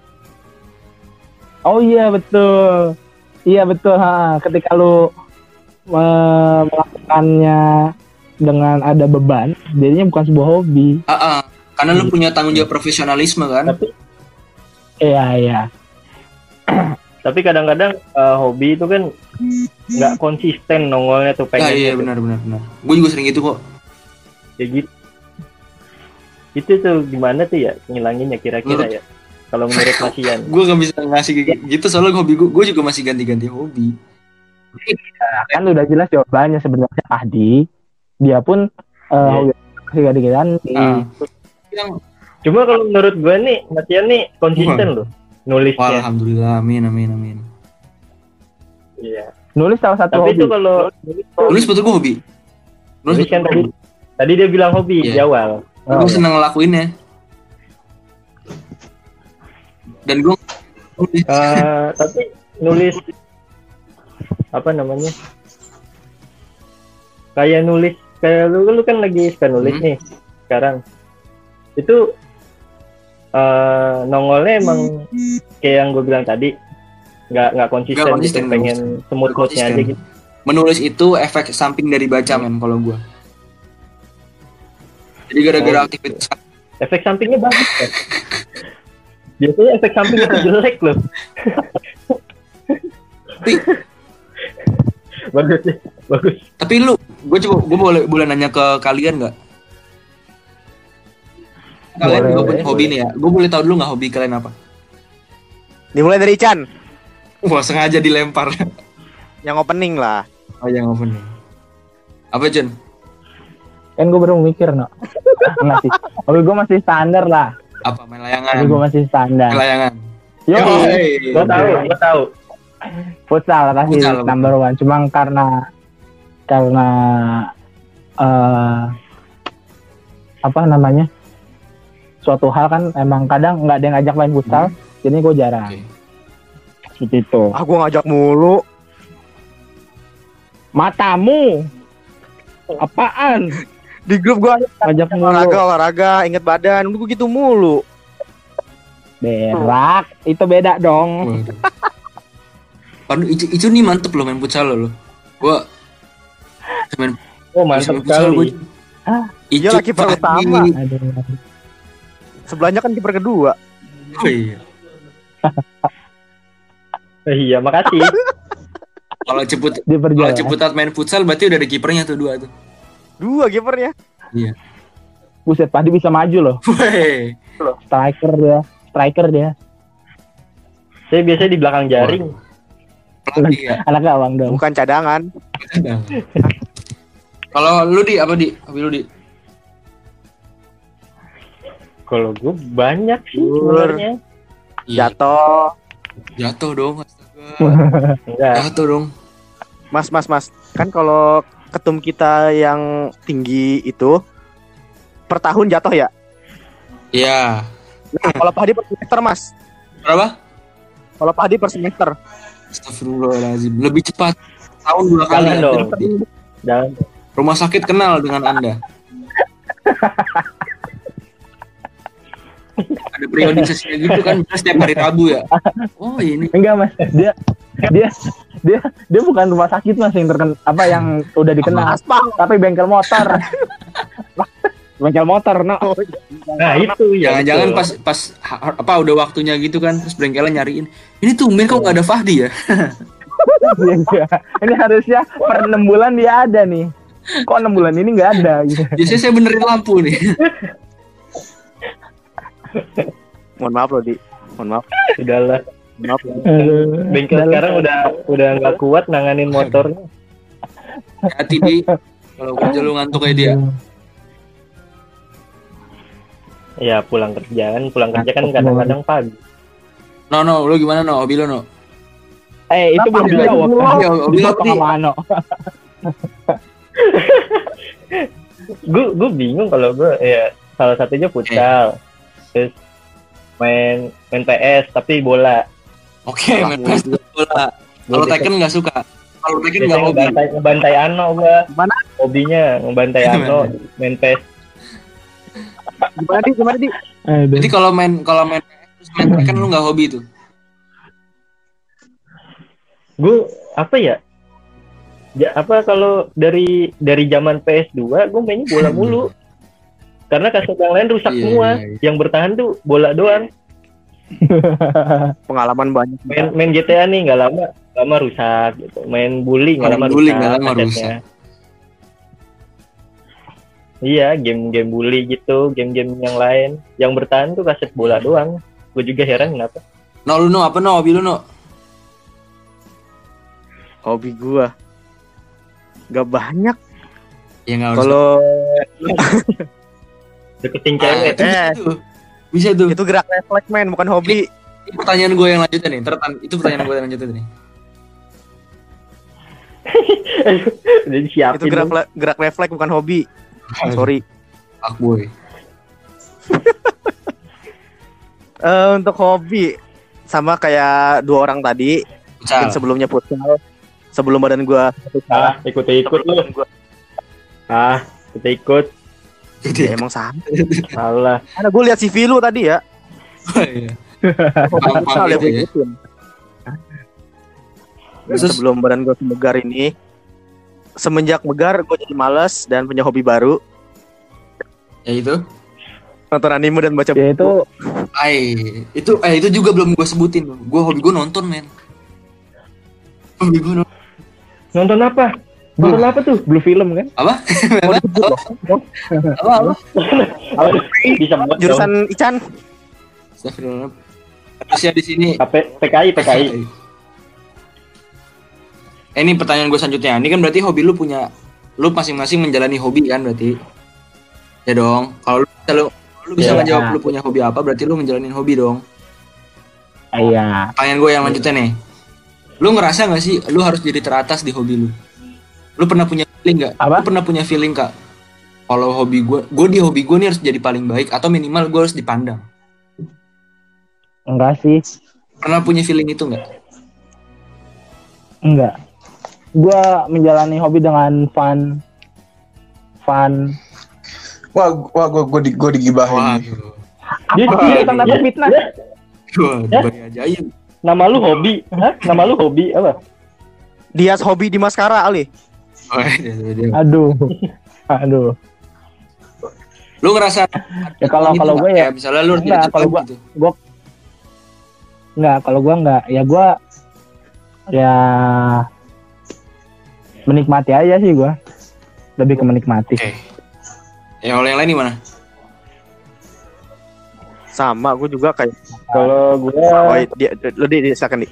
Oh iya betul. Iya betul. Ha. Ketika lu me- melakukannya dengan ada beban, jadinya bukan sebuah hobi. Ah, ah. Karena lu punya tanggung jawab profesionalisme kan? Tapi Iya iya. tapi kadang-kadang eh, hobi itu kan nggak konsisten nongolnya tuh Ah, pengen iya benar benar benar. Gue juga sering gitu kok. kayak gitu. Itu tuh gimana tuh ya ngilanginnya kira-kira ya? Kalau menurut Mas Ian. Gue gak bisa ngasih kayak gitu soalnya hobi gue. Gue juga masih ganti-ganti hobi. Kan udah jelas jawabannya sebenarnya Ahdi. Dia pun Iya. eh masih ganti-ganti. Ah. Yang Cuma kalau menurut gue nih, Mas Ian nih konsisten loh Wah, nulisnya. alhamdulillah, amin amin amin. Iya. Nulis salah satu Tapi hobi. itu kalau nulis tuh- Nulis betul gue hobi. Nulis nulis kan betul tadi tadi dia bilang hobi Iya. di awal. Oh, gue iya. seneng ngelakuinnya. Dan gue Eh, tapi nulis apa namanya? Kayak nulis kayak lu lu kan lagi suka nulis Hmm. nih sekarang. Itu eh nongolnya emang kayak yang gue bilang tadi nggak nggak konsisten, Nggak konsisten, gitu, nggak pengen konsisten. semut-semutnya Konsisten. aja gitu. menulis itu efek samping dari baca men kalau gue. Jadi gara-gara Oh, aktivitas Efek sampingnya bagus kan? Biasanya efek samping itu jelek loh. tapi, Bagus ya, bagus. tapi lu, gue coba gue boleh boleh nanya ke kalian nggak? Kalian Boleh, juga punya boleh. hobi nih ya. Gue boleh tahu dulu nggak hobi kalian apa? Dimulai dari Chan. Wah sengaja dilempar. Yang opening lah. Oh yang open nih. Apa Jen? Kan gue baru mikir no. Enggak sih. Hobi gue masih standar lah. Apa main layangan? Hobi gue masih standar. Main layangan. Yo, Yoi. Gue tahu, gue tahu. futsal pasti Futsal, number one. Cuma karena karena eh apa namanya suatu hal kan emang kadang nggak ada yang ngajak main futsal, jadi gue jarang. Oke. Seperti itu. Ah, gua ngajak mulu. Matamu apaan? Di grup gua Ngajak olahraga, mulu. olahraga, inget badan. Udah gua gitu mulu. Berak, itu beda dong. Waduh. Waduh, itu, itu nih mantep loh main futsal lo. Gua main Oh mantap futsal sekali. gua. Ah, Icu dia laki pertama. Aduh. Sebelahnya kan kiper kedua. Oh iya. Eh, iya, makasih. Kalau Ceput Di kalau perjalanan. Ciputat main futsal berarti udah ada kipernya tuh dua tuh. Dua kipernya. Iya. Buset, Padi bisa maju loh. Weh. Striker dia, striker dia. Saya biasanya di belakang jaring. Pelatih ya. Anak gawang dong. Bukan cadangan. Kalau lu di apa di? Hobi lu di? Kalau gue banyak sih Ur. sebenarnya. Iya. Jatuh. Jatuh dong. Astaga. Enggak. Jatuh dong. Mas, mas, mas. Kan kalau ketum kita yang tinggi itu per tahun jatuh ya? Iya. Nah, kalau Padi per semester, Mas. Berapa? Kalau Padi per semester. Astagfirullahaladzim. Lebih cepat. Tahun dua kali. Jangan Anda dong. berarti. Jangan. Rumah sakit kenal dengan Anda. Ada periodisasinya gitu kan, setiap hari Rabu ya. Oh ini. Enggak mas, dia dia dia dia bukan rumah sakit mas yang terkenal apa yang udah dikenal, Aspal. tapi bengkel motor. Bengkel motor, no. Nah, itu ya. Jangan-jangan betul. pas pas ha- apa udah waktunya gitu kan, terus bengkelnya nyariin. Ini tumben kok nggak ada Fahdi ya? Iya. Ini harusnya per enam bulan dia ada nih. Kok enam bulan ini nggak ada? Gitu. Biasanya saya benerin lampu nih. Mohon maaf loh, Di. Mohon maaf. Sudahlah. Mohon maaf. Aduh. Bengkel sekarang udah udah nggak kuat nanganin motornya. Hati di kalau kerja lu ngantuk kayak dia. Ya pulang kerjaan, pulang kerja kan kadang-kadang pagi. No no, lu gimana no? Hobi lu no? Eh itu belum dijawab. Iya, hobi lu apa, Di? Mano. Gue gue bingung kalau gue ya salah satunya futsal, terus main main P S tapi bola. Oke, main P S bola. Kalau Tekken nggak suka. Kalau Tekken nggak Biasanya hobi. ngebantai ngebantai Ano gue. Gimana? Hobinya ngebantai Ano main P S. Gimana, Di? Gimana, Di? Jadi kalau main kalau main P S terus main Tekken lu nggak hobi tuh? Gue apa ya? Ya apa kalau dari dari zaman P S dua gue mainnya bola mulu. Karena kaset yang lain rusak Iya, semua. iya, iya. Yang bertahan tuh bola doang. Pengalaman banyak. Main main G T A nih nggak lama lama rusak gitu. Main bully nggak Main lama bully rusak. nggak lama kasetnya. rusak. Iya, game-game bully gitu, game-game yang lain. Yang bertahan tuh kaset bola doang. Gue juga heran kenapa. No lu no apa no hobi lu no? Hobi gua gak banyak. Ya nggak harus. Kalau Deketin Ah, cewek. itu bisa Eh. tuh. Bisa tuh. itu gerak refleks, men, bukan hobi. Itu pertanyaan gue yang lanjutnya nih. Ntar tan- itu pertanyaan gue yang lanjutnya nih. Udah Itu disiapin. gerak lu. gerak refleks bukan hobi. Sorry. Fuck boy. Eh, untuk hobi sama kayak dua orang tadi, mungkin Futsal. sebelumnya futsal, sebelum badan gua Ah, ikut-ikut lu. sebelum gua Ah, ikut-ikut. ya, emang sama. Salah. Karena gue lihat C V lu tadi ya. Oh, iya. Hobi Paham, futsal paham ya gitu ya. gue ikutin. Dan Terus- sebelum badan gue semegar ini, semenjak megar gue jadi malas dan punya hobi baru, Ya itu. nonton anime dan baca Ya itu Ay, itu eh itu juga belum gue sebutin. Gue hobi gue nonton men. Hobi gue nonton. Nonton apa? Nonton apa tuh? blue film kan? Apa? apa? Apa? Apa? Apa? Bisa buat dong. jurusan Ican. Astagfirullah. Harusnya di sini. P K I P K I. Eh, ini pertanyaan gue selanjutnya. Ini kan berarti hobi lu punya, lu masing-masing menjalani hobi kan berarti. Ya dong. Kalau lu bisa lu, lu bisa Ya. ngejawab lu punya hobi apa, berarti lu ngejalanin hobi dong. Iya. Pertanyaan gue yang lanjutnya nih. Lu ngerasa gak sih lu harus jadi teratas di hobi lu? Lu pernah punya feeling gak? Apa? Lu pernah punya feeling kak? Kalau hobi gue, gue di hobi gue nih harus jadi paling baik atau minimal gue harus dipandang. Enggak sih. Pernah punya feeling itu nggak? Enggak. Gua menjalani hobi dengan fun. Fun. Wah, wah gue gue di, gue digibahin. nih. Waduh, Dia Apa dia- tentang dia- fitnah? dia- Wah, Ya? bari ajaib. Nama lu hobi? Hah? Nama lu hobi apa? Dia hobi di maskara Ali. Oh, dia, dia, dia. Aduh. Aduh. Lu ngerasa Ya kalau kalau gue ya kayak misalnya lu enggak, jadi kalau Jepang gua- gitu. enggak, kalau gua enggak. Ya gua ya menikmati aja sih gua. Lebih ke menikmati. Oke. Ya kalau yang lain gimana? Sama, gue juga kayak Kalau gue oh, dia, lu di, di silakan, Di.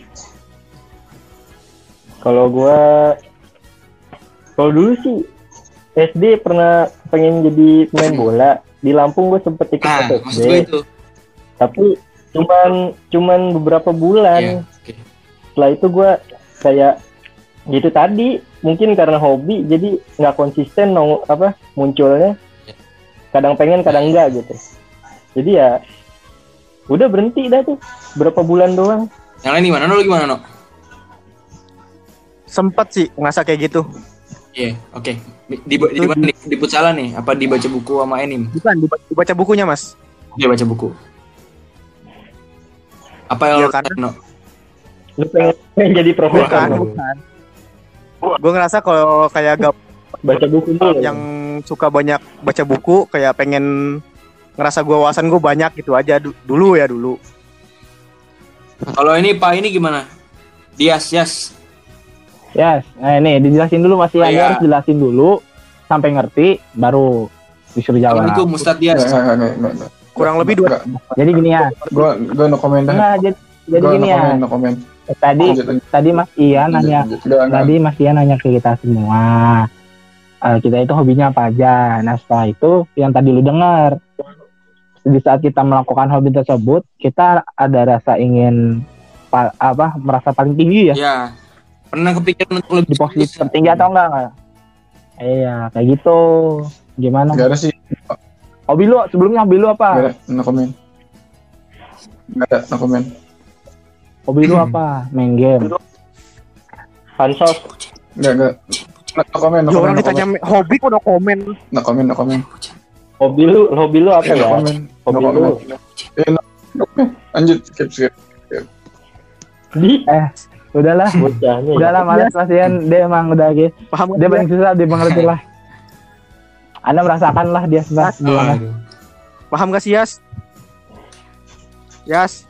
kalau gue kalau dulu sih S D pernah pengen jadi pemain bola. Di Lampung gue sempet ikut Nah, S maksud D. gue itu. Tapi cuman cuman beberapa bulan. Iya, oke. Setelah itu gue kayak gitu tadi, mungkin karena hobi jadi nggak konsisten nong apa munculnya, kadang pengen kadang enggak gitu. Jadi ya udah berhenti dah tuh berapa bulan doang. Yang lain gimana? Lu gimana, No? Sempet sih ngerasa kayak gitu. Iya, oke. Di di, di, mana nih? Di futsal nih? Apa dibaca buku sama Enim? Bukan, dibaca, dibaca bukunya, Mas. Dia baca buku. Apa yang Iya, lu karena- No? Lu pengen, pengen jadi Bukan, profesor, bukan. Gue ngerasa kalau kayak gak baca buku dulu. yang suka banyak baca buku, kayak pengen ngerasa gue wawasan gue banyak gitu aja du- dulu ya dulu. Kalau ini Pak ini gimana? Dias, Yas. Yes, nah ini dijelasin dulu Mas Ian, Oh, dia iya. harus jelasin dulu sampai ngerti baru disuruh jawab. Assalamualaikum Ustadz Dias. Enggak, enggak, enggak, enggak, enggak. Kurang lebih dua. Enggak. Jadi gini ya. Gua gua no comment dah. Enggak, jadi jadi Gua gini no ya. comment, no comment. Tadi Lanjut, lanjut, tadi Mas Ian nanya lanjut. Enggak, enggak. tadi Mas Ian nanya ke kita semua. Eh, kita itu hobinya apa aja. Nah, setelah itu yang tadi lu dengar. Di saat kita melakukan hobi tersebut, kita ada rasa ingin pa- apa merasa paling tinggi ya. Ya. Pernah kepikiran untuk lebih Di posisi tertinggi atau enggak enggak? Iya, kayak gitu. Gimana? Enggak ada sih. Hobi lu sebelumnya hobi lu Enggak apa? ada, no comment. Enggak ada, no comment. Hobi lu apa? Main game. Pansos. Enggak, enggak. No comment, no Ya comment, orang no ditanya comment. hobi kok udah komen. No comment, no comment. Hobi lu, hobi lu apa No ya? comment. No Hobi lu. comment. Eh, no, no comment. Lanjut, skip, skip. Di Eh, udahlah. bocahnya. ya. Udahlah malas Mas Ian, dia emang udah gitu. Paham Dia gak? paling susah, dia mengerti lah. Anda merasakan lah dia susah gimana. Paham gak sih, Yas? Yas.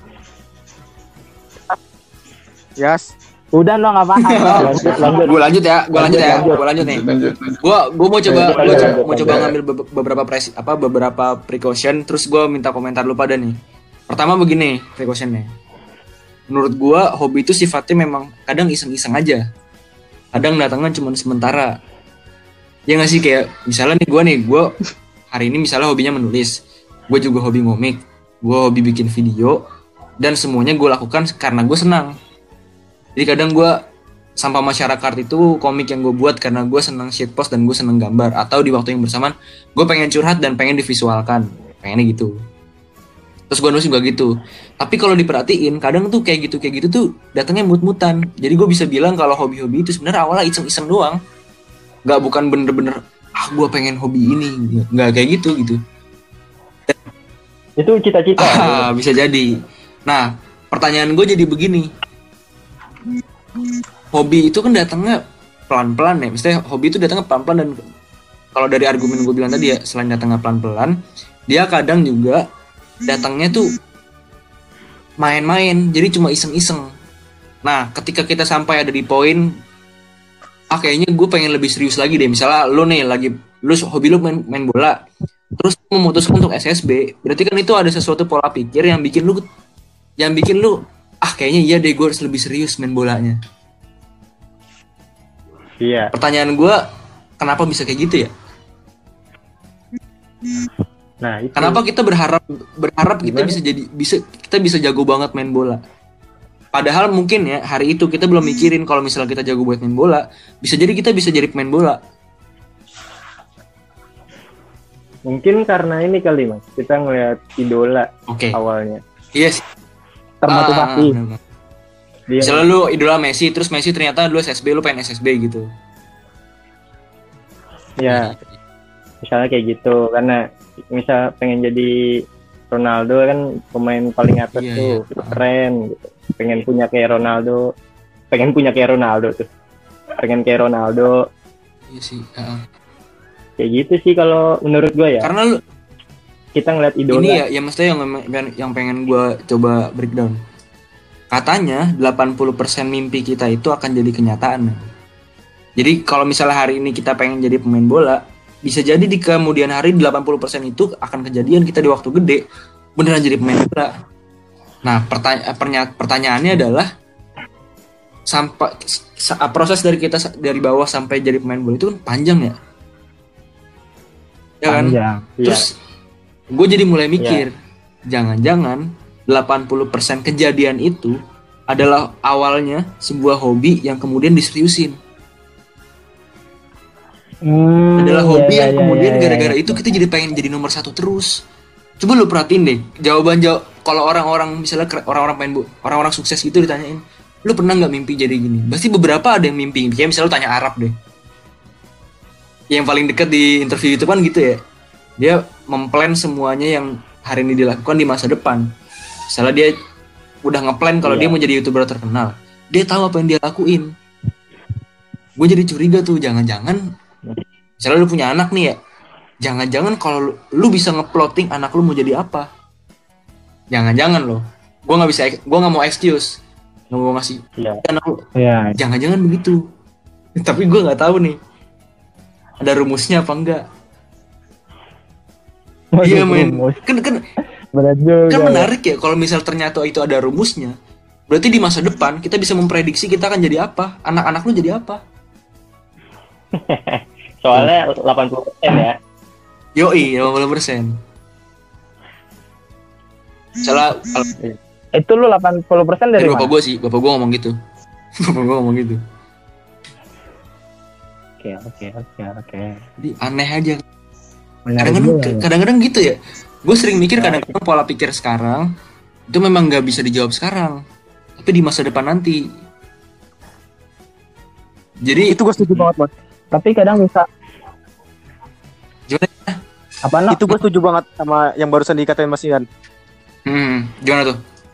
Yas. Udah no nggak paham. no. Lanjut, lanjut. Gue lanjut ya, gue lanjut ya, Lanjut. gue lanjut nih. Lanjut, lanjut. Gue gue mau coba Lanjut, gua lanjut, coba, lanjut, mau coba lanjut. ngambil be- beberapa pres apa beberapa precaution, terus gue minta komentar lu pada nih. Pertama begini precautionnya. Menurut gue hobi itu sifatnya memang kadang iseng-iseng aja. Kadang datangnya cuma sementara. Ya nggak sih, kayak misalnya nih gue nih gue hari ini misalnya hobinya menulis, gue juga hobi ngomik, gue hobi bikin video, dan semuanya gue lakukan karena gue senang. Jadi kadang gue sampah masyarakat itu komik yang gue buat karena gue senang shitpost dan gue senang gambar, atau di waktu yang bersamaan gue pengen curhat dan pengen divisualkan, pengennya gitu. Terus gue nulis juga gitu. Tapi kalau diperhatiin kadang tuh kayak gitu kayak gitu tuh datangnya mut-mutan. Jadi gue bisa bilang kalau hobi-hobi itu sebenarnya awalnya iseng-iseng doang, nggak bukan bener-bener ah gue pengen hobi ini, nggak kayak gitu gitu. Itu cita-cita. Ah, bisa jadi. Nah, pertanyaan gue jadi begini. Hobi itu kan datangnya pelan-pelan ya. Maksudnya hobi itu datangnya pelan-pelan, dan kalau dari argumen gue bilang tadi ya, selain datangnya pelan-pelan, dia kadang juga datangnya tuh main-main. Jadi cuma iseng-iseng. Nah, ketika kita sampai ada di poin, ah kayaknya gue pengen lebih serius lagi deh. Misalnya lu nih lagi, lu hobi lu main, main bola, terus lu memutuskan untuk S S B, berarti kan itu ada sesuatu pola pikir yang bikin lu yang bikin lu ah kayaknya iya deh gue harus lebih serius main bolanya. Iya. Pertanyaan gue, kenapa bisa kayak gitu ya? Nah, itu. Kenapa kita berharap berharap kita Gimana? bisa jadi bisa kita bisa jago banget main bola? Padahal mungkin ya hari itu kita belum mikirin kalau misalnya kita jago buat main bola, bisa jadi kita bisa jadi pemain bola. Mungkin karena ini kali Mas, kita ngeliat idola Oke. awalnya. Yes. Termotivasi. Ah, benar, benar. Dia Misalnya lu idola Messi, terus Messi ternyata lu S S B, lu pengen S S B gitu. ya misalnya kayak gitu, karena misal pengen jadi Ronaldo kan pemain paling atas Iya, tuh, iya. keren gitu. Pengen punya kayak Ronaldo, pengen punya kayak Ronaldo tuh. Pengen kayak Ronaldo, Iya sih. ah. kayak gitu sih kalau menurut gue ya. Karena lu kita ngeliat idola. Ini ya, ya mestinya yang yang pengen gue coba breakdown. Katanya delapan puluh persen mimpi kita itu akan jadi kenyataan. Jadi kalau misalnya hari ini kita pengen jadi pemain bola, bisa jadi di kemudian hari delapan puluh persen itu akan kejadian kita di waktu gede beneran jadi pemain bola. Nah, pertanya- pernya- pertanyaannya adalah sampai proses dari kita dari bawah sampai jadi pemain bola itu kan panjang ya. Ya kan? Panjang. Terus gue jadi mulai mikir, jangan-jangan delapan puluh persen kejadian itu adalah awalnya sebuah hobi yang kemudian diseriusin. Hmm, Adalah iya, hobi iya, yang iya, kemudian iya, gara-gara iya. itu kita jadi pengen jadi nomor satu terus. Coba lu perhatiin deh, jawaban jawab kalau orang-orang misalnya kre- orang-orang main bu- orang-orang sukses gitu ditanyain, lu pernah nggak mimpi jadi gini? Pasti beberapa ada yang mimpi. Kayak misalnya lu tanya Arab deh, yang paling dekat di interview itu kan gitu ya. Dia memplan semuanya yang hari ini dilakukan di masa depan. Misalnya dia udah ngeplan kalau Iya. dia mau jadi YouTuber terkenal, dia tahu apa yang dia lakuin. Gue jadi curiga tuh, jangan-jangan misalnya lu punya anak nih ya, jangan-jangan kalau lu, lu bisa ngeplotting anak lu mau jadi apa. Jangan-jangan loh, gue nggak bisa, gue nggak mau excuse, nggak mau ngasih Iya. anak lu, Iya. jangan-jangan begitu. Tapi gue nggak tahu nih, ada rumusnya apa enggak. Iya men, Rumus. kan kan Berat juga. kan ya. menarik ya kalau misal ternyata itu ada rumusnya. Berarti di masa depan kita bisa memprediksi kita akan jadi apa, anak-anak lu jadi apa. Soalnya delapan puluh persen ya. Yoi, delapan puluh persen. Salah, Itu lu delapan puluh persen dari dari bapak mana? gue sih, bapak gue ngomong gitu. Bapak gue ngomong gitu. Oke, oke, oke, oke. Jadi aneh aja. Menarik Kadang-kadang, juga, ya. kadang-kadang gitu ya. Gue sering mikir kadang-kadang pola pikir sekarang itu memang nggak bisa dijawab sekarang, tapi di masa depan nanti. Jadi Itu gue setuju banget, Bos. Tapi kadang bisa gimana? apa no? Itu gue setuju banget sama yang barusan dikatain Mas Ian. Hmm, gimana tuh?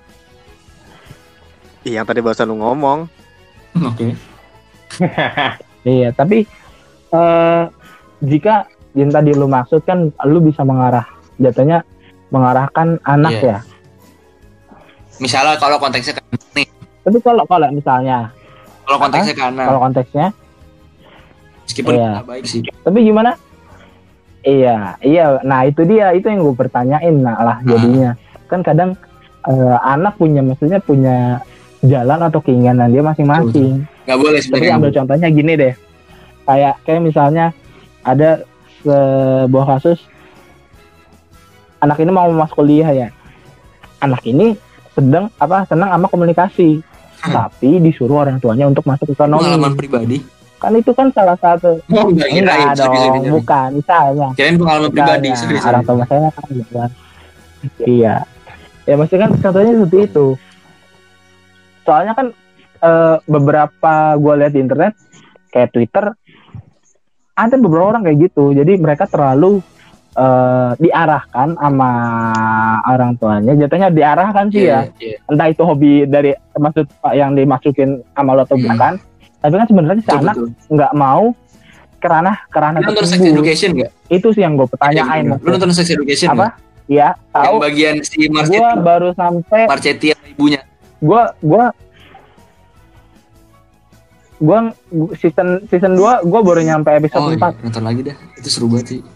Iya, yang tadi barusan lu ngomong. Oke. Iya, tapi eh jika yang tadi lu maksud kan lu bisa mengarah, jatuhnya mengarahkan anak Iya. ya. Misalnya kalau konteksnya ke anak nih, Tapi kalau kalau misalnya kalau konteksnya ke anak, kalau konteksnya, meskipun Iya. nggak baik sih. tapi gimana? Iya, iya. Nah itu dia, itu yang gue pertanyain, nah lah jadinya. Kan kadang eh, anak punya, maksudnya punya jalan atau keinginan dia masing-masing. Nggak boleh Tapi sebenarnya. ambil contohnya gini deh, kayak kayak misalnya ada sebuah kasus anak ini mau masuk kuliah ya, anak ini sedang apa senang sama komunikasi, tapi disuruh orang tuanya untuk masuk ekonomi. Pengalaman pribadi. Kan itu kan salah satu. Oh, enggak kirain. Enggak Sorry, sorry, dong, sorry. bukan misalnya. Kirain pengalaman pribadi. Misalnya, Sorry, sorry. orang tua saya kan bilang, iya, ya maksudnya kan contohnya seperti itu. Soalnya kan eh, beberapa gue lihat di internet kayak Twitter ada beberapa orang kayak gitu, jadi mereka terlalu eh, diarahkan sama orang tuanya, jatuhnya diarahkan sih ya, Iya, iya. entah itu hobi dari maksud yang dimasukin sama lo atau Hmm. bukan, tapi kan sebenarnya si Betul, anak betul. nggak mau kerana kerana Lu nonton Sex tersebut. Education nggak? Itu sih yang gue pertanyain. Iya, Lu nonton Sex Education Apa? nggak? Ya, Yang tahu. bagian si Gue Marcetti, baru sampai Marcetti sama ibunya. gue gue gue season season dua gue baru nyampe episode Oh iya, empat. nonton lagi dah. Itu seru banget sih.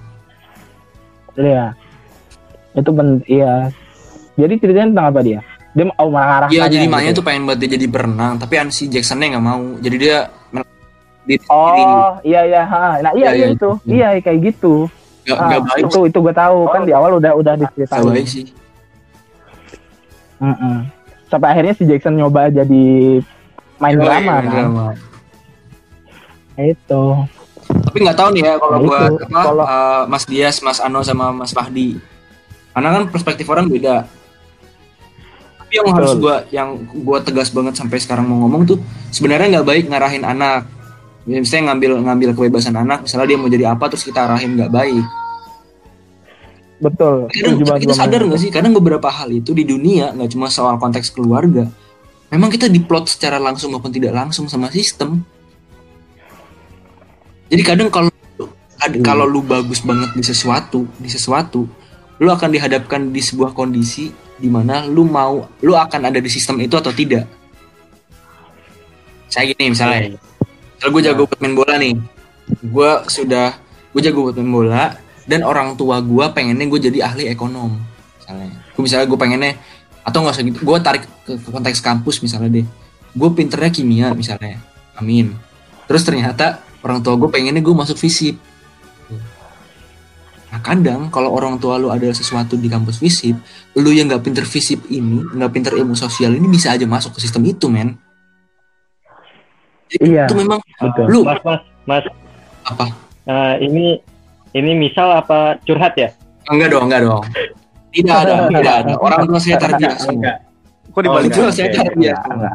Iya. Itu ben iya. Jadi ceritanya tentang apa dia? Dia mau mengarahkan. Iya, jadi maknya tuh pengen buat dia jadi berenang, tapi an si Jacksonnya nggak mau. Jadi dia mel- diri sendiri. Oh, iya iya, ha. Nah, iya Iya, iya iya, itu. itu. Iya kayak gitu. Nggak Ah, nggak baik. itu itu gue tahu kan di awal udah udah Nggak diceritain. baik sih. Mm-mm. Sampai akhirnya si Jackson nyoba jadi main Oh, iya, drama main kan. drama. Itu. Tapi nggak tahu nih ya kalau Nah, buat itu. apa Kalau- eh, Mas Dias, Mas Ano sama Mas Fahdi. Karena kan perspektif orang beda. Tapi yang harus Betul. gua yang gua tegas banget sampai sekarang mau ngomong tuh sebenarnya nggak baik ngarahin anak. Misalnya ngambil ngambil kebebasan anak, misalnya dia mau jadi apa terus kita arahin nggak baik. Betul. Kadang Setuju banget kita gua sadar sama nggak sih? Kadang beberapa hal itu di dunia nggak cuma soal konteks keluarga. Memang kita diplot secara langsung maupun tidak langsung sama sistem. Jadi kadang kalau ad- Hmm. kalau lu bagus banget di sesuatu, di sesuatu, lu akan dihadapkan di sebuah kondisi di mana lu mau lu akan ada di sistem itu atau tidak. Saya gini misalnya, kalau gue jago buat main bola nih, gue sudah gue jago buat main bola dan orang tua gue pengennya gue jadi ahli ekonom misalnya. Gue misalnya gue pengennya atau nggak usah gitu, gue tarik ke, ke konteks kampus misalnya deh, gue pinternya kimia misalnya, amin. Terus ternyata orang tua gue pengennya gue masuk fisip. Nah kadang kalau orang tua lu ada sesuatu di kampus fisip, lu yang nggak pinter fisip ini, nggak pinter ilmu sosial ini bisa aja masuk ke sistem itu, men. Jadi Iya, itu memang betul. lu Mas, mas, mas, apa? eh, ini ini misal apa curhat ya? Enggak dong, enggak dong. Tidak ada, tidak ada. Orang tua saya terbiasa semua. Kok dibalik? Orang tua saya oke. terbiasa. Enggak.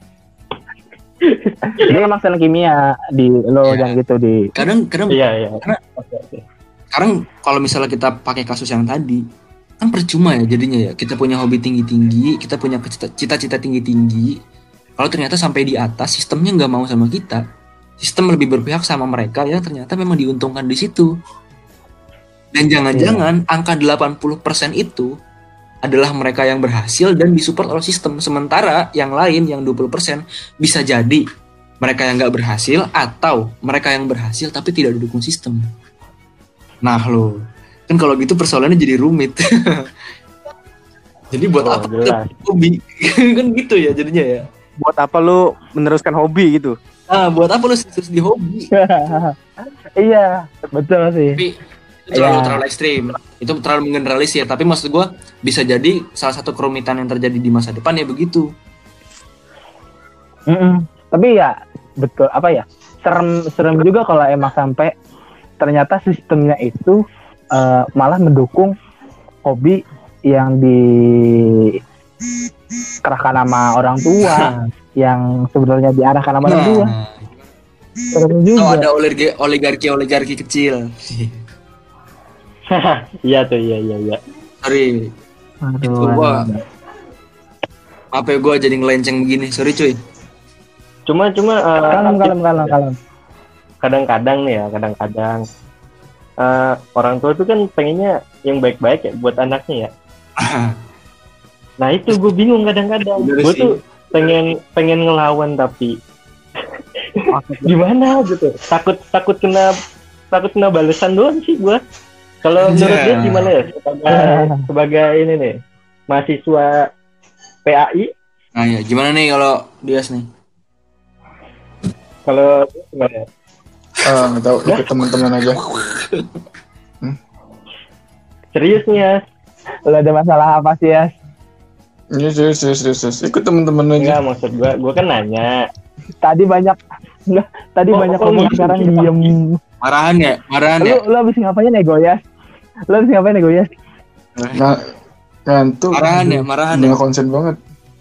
Dia emang senang kimia di lo Iya. jangan gitu di. Kadang, kadang Iya, iya. Karena- Oke, oke. sekarang kalau misalnya kita pakai kasus yang tadi, kan percuma ya jadinya ya. Kita punya hobi tinggi-tinggi, kita punya cita- cita-cita tinggi-tinggi. Kalau ternyata sampai di atas sistemnya nggak mau sama kita, sistem lebih berpihak sama mereka yang ternyata memang diuntungkan di situ. Dan jangan-jangan angka delapan puluh persen itu adalah mereka yang berhasil dan disupport oleh sistem. Sementara yang lain yang dua puluh persen bisa jadi mereka yang nggak berhasil atau mereka yang berhasil tapi tidak didukung sistem. Nah lo, kan kalau gitu persoalannya jadi rumit. Jadi buat Oh, apa jelas. kita hobi? Kan gitu ya jadinya ya. Buat apa lu meneruskan hobi gitu? Ah, buat apa lu serius di hobi? Iya, betul sih. Tapi itu terlalu Ya. terlalu ekstrim. Itu terlalu menggeneralisir. Tapi maksud gua bisa jadi salah satu kerumitan yang terjadi di masa depan ya begitu. Mm-mm. Tapi ya betul apa ya? Serem serem juga kalau emang sampai ternyata sistemnya itu eh, malah mendukung hobi yang dikerahkan sama orang tua, yang sebenarnya diarahkan sama orang tua. Nah, Serem atau juga. ada oligarki oligarki oligarki kecil. Iya tuh, iya, iya, iya. Sorry, Aduh, itu gua aduh. apa ya gua jadi ngelenceng begini. Sorry cuy. Cuma, cuma eh, Kalem, kalem, kalem, kalem. kadang-kadang nih ya, kadang-kadang eh, orang tua tuh kan pengennya yang baik-baik ya buat anaknya ya. Nah itu gue bingung kadang-kadang. Bener Gue sih. tuh pengen pengen ngelawan tapi gimana gitu. Takut takut kena takut kena balasan doang sih gue. Kalau menurut Ya. dia gimana ya sebagai sebagai ini nih mahasiswa P A I. Nah ya, gimana nih kalau Dias nih? Kalau gimana? ya? Ah, nggak tahu, ikut teman-teman aja. Serius nih ya? Lo ada masalah apa sih ya? Iya, serius, serius, serius, serius. Ikut teman-teman aja. Enggak, maksud gue, gue kan nanya. Tadi banyak enggak, tadi Oh, banyak oh, ngomong gitu. sekarang diem. Marahan ya, marahan Lu ya. lu habis ngapain nego ya? Lu habis ngapain nego ya? Nah, ngantuk. Marahan ya, marahan ya. Nggak konsen banget.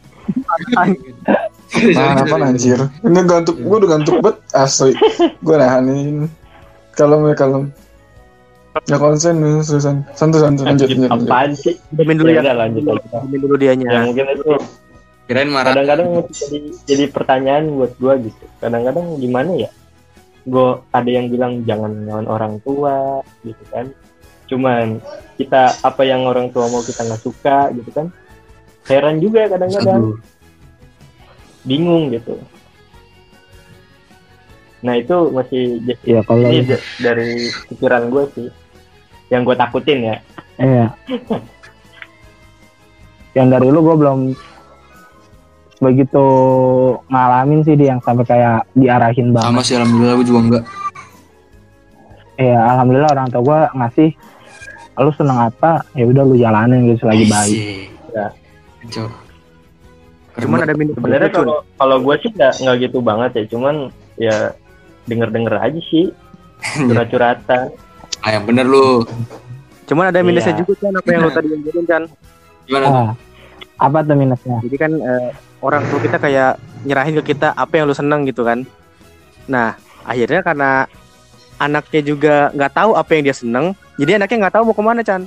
Nahan apa anjir? Ini gantuk, gue udah gantuk banget asli. Gue nahanin. Kalem ya kalem. Ya konsen nih, Susan. Santai santai lanjut lanjut. lanjut. Apaan sih? Diamin dulu ya. udah lanjut aja. Diamin dulu dianya. Ya mungkin itu Kirain marah. kadang-kadang jadi jadi pertanyaan buat gua gitu. Kadang-kadang gimana ya? Gua ada yang bilang jangan ngelawan orang tua gitu kan. Cuman kita apa yang orang tua mau kita nggak suka gitu kan. Heran juga kadang-kadang, Aduh. bingung gitu. Nah itu masih j- Ya kalau ini d- dari pikiran gue sih, yang gue takutin ya. iya. Yang dari lu gue belum begitu ngalamin sih dia yang sampai kayak diarahin banget. Sama sih alhamdulillah gue juga enggak. Iya, alhamdulillah orang tua gue ngasih lu seneng apa ya udah lu jalanin gitu selagi baik. Ya. Kacau. Cuman ada minus Sebenarnya plusnya, Cun. kalau kalau gue sih nggak nggak gitu banget ya, cuman ya denger-denger aja sih curhat-curhatan. Ah yang bener lu. Cuman ada minusnya Iya. juga kan apa yang lo tadi ngajarin kan. Gimana? tuh? Ah, apa tuh minusnya? Jadi kan eh, orang tua kita kayak nyerahin ke kita apa yang lu seneng gitu kan. Nah akhirnya karena anaknya juga nggak tahu apa yang dia seneng, jadi anaknya nggak tahu mau kemana Chan.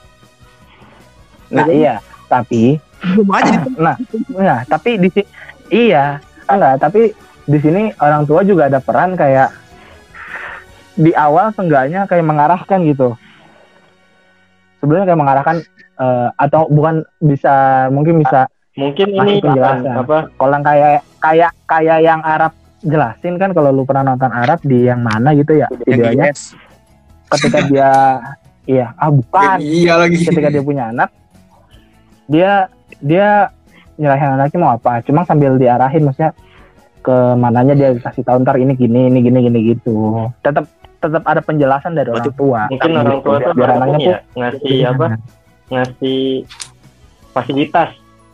Nah iya, tapi Belum aja di nah, nah tapi di si- iya enggak, tapi di sini orang tua juga ada peran kayak di awal seenggaknya kayak mengarahkan gitu. sebenarnya kayak mengarahkan eh, atau bukan bisa mungkin bisa Mungkin masih ini penjelasan. akan apa? kalau yang kayak kayak kayak yang Arab jelasin kan, kalau lu pernah nonton Arab di yang mana gitu ya videonya, Yes. ketika dia iya ah bukan Iya lagi. ketika dia punya anak, dia dia nyerahin anaknya mau apa, cuma sambil diarahin maksudnya ke mananya, dia kasih tahu ntar ini gini ini gini gini gitu. Tetap tetap ada penjelasan dari orang tua. Mungkin Gitu. orang tua tuh biar harusnya anaknya ya tuh ngasih apa? Ngasih fasilitas,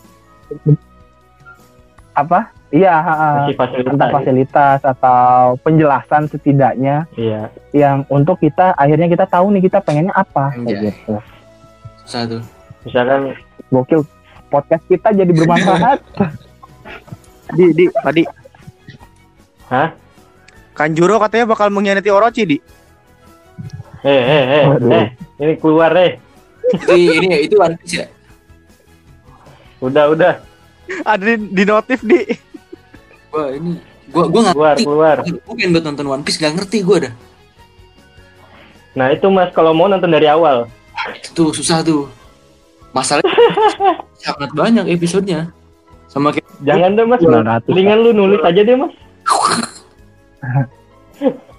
apa? Iya, ha, ha. ngasih fasilitas. Entah fasilitas atau penjelasan setidaknya Iya. yang untuk kita akhirnya kita tahu nih kita pengennya apa kayak Anjay. gitu. Susah tuh. Misalkan Gokil, podcast kita jadi bermanfaat. Di, di, tadi hah? Kanjuro katanya bakal mengkhianati Orochi, Di. Eh, eh, eh, Waduh. eh, ini keluar deh. Itu ini ya, itu One Piece ya. Udah, udah, Ada di, di notif, Di. Gua ini gua gua nggak keluar, ngerti. keluar. Gua pengen buat nonton One Piece, gak ngerti gua dah. Nah itu Mas kalau mau nonton dari awal. Tuh susah tuh. Masalahnya sangat banyak episodenya. Sama kayak Jangan deh Mas, sembilan ratus. mendingan lu nulis aja deh Mas.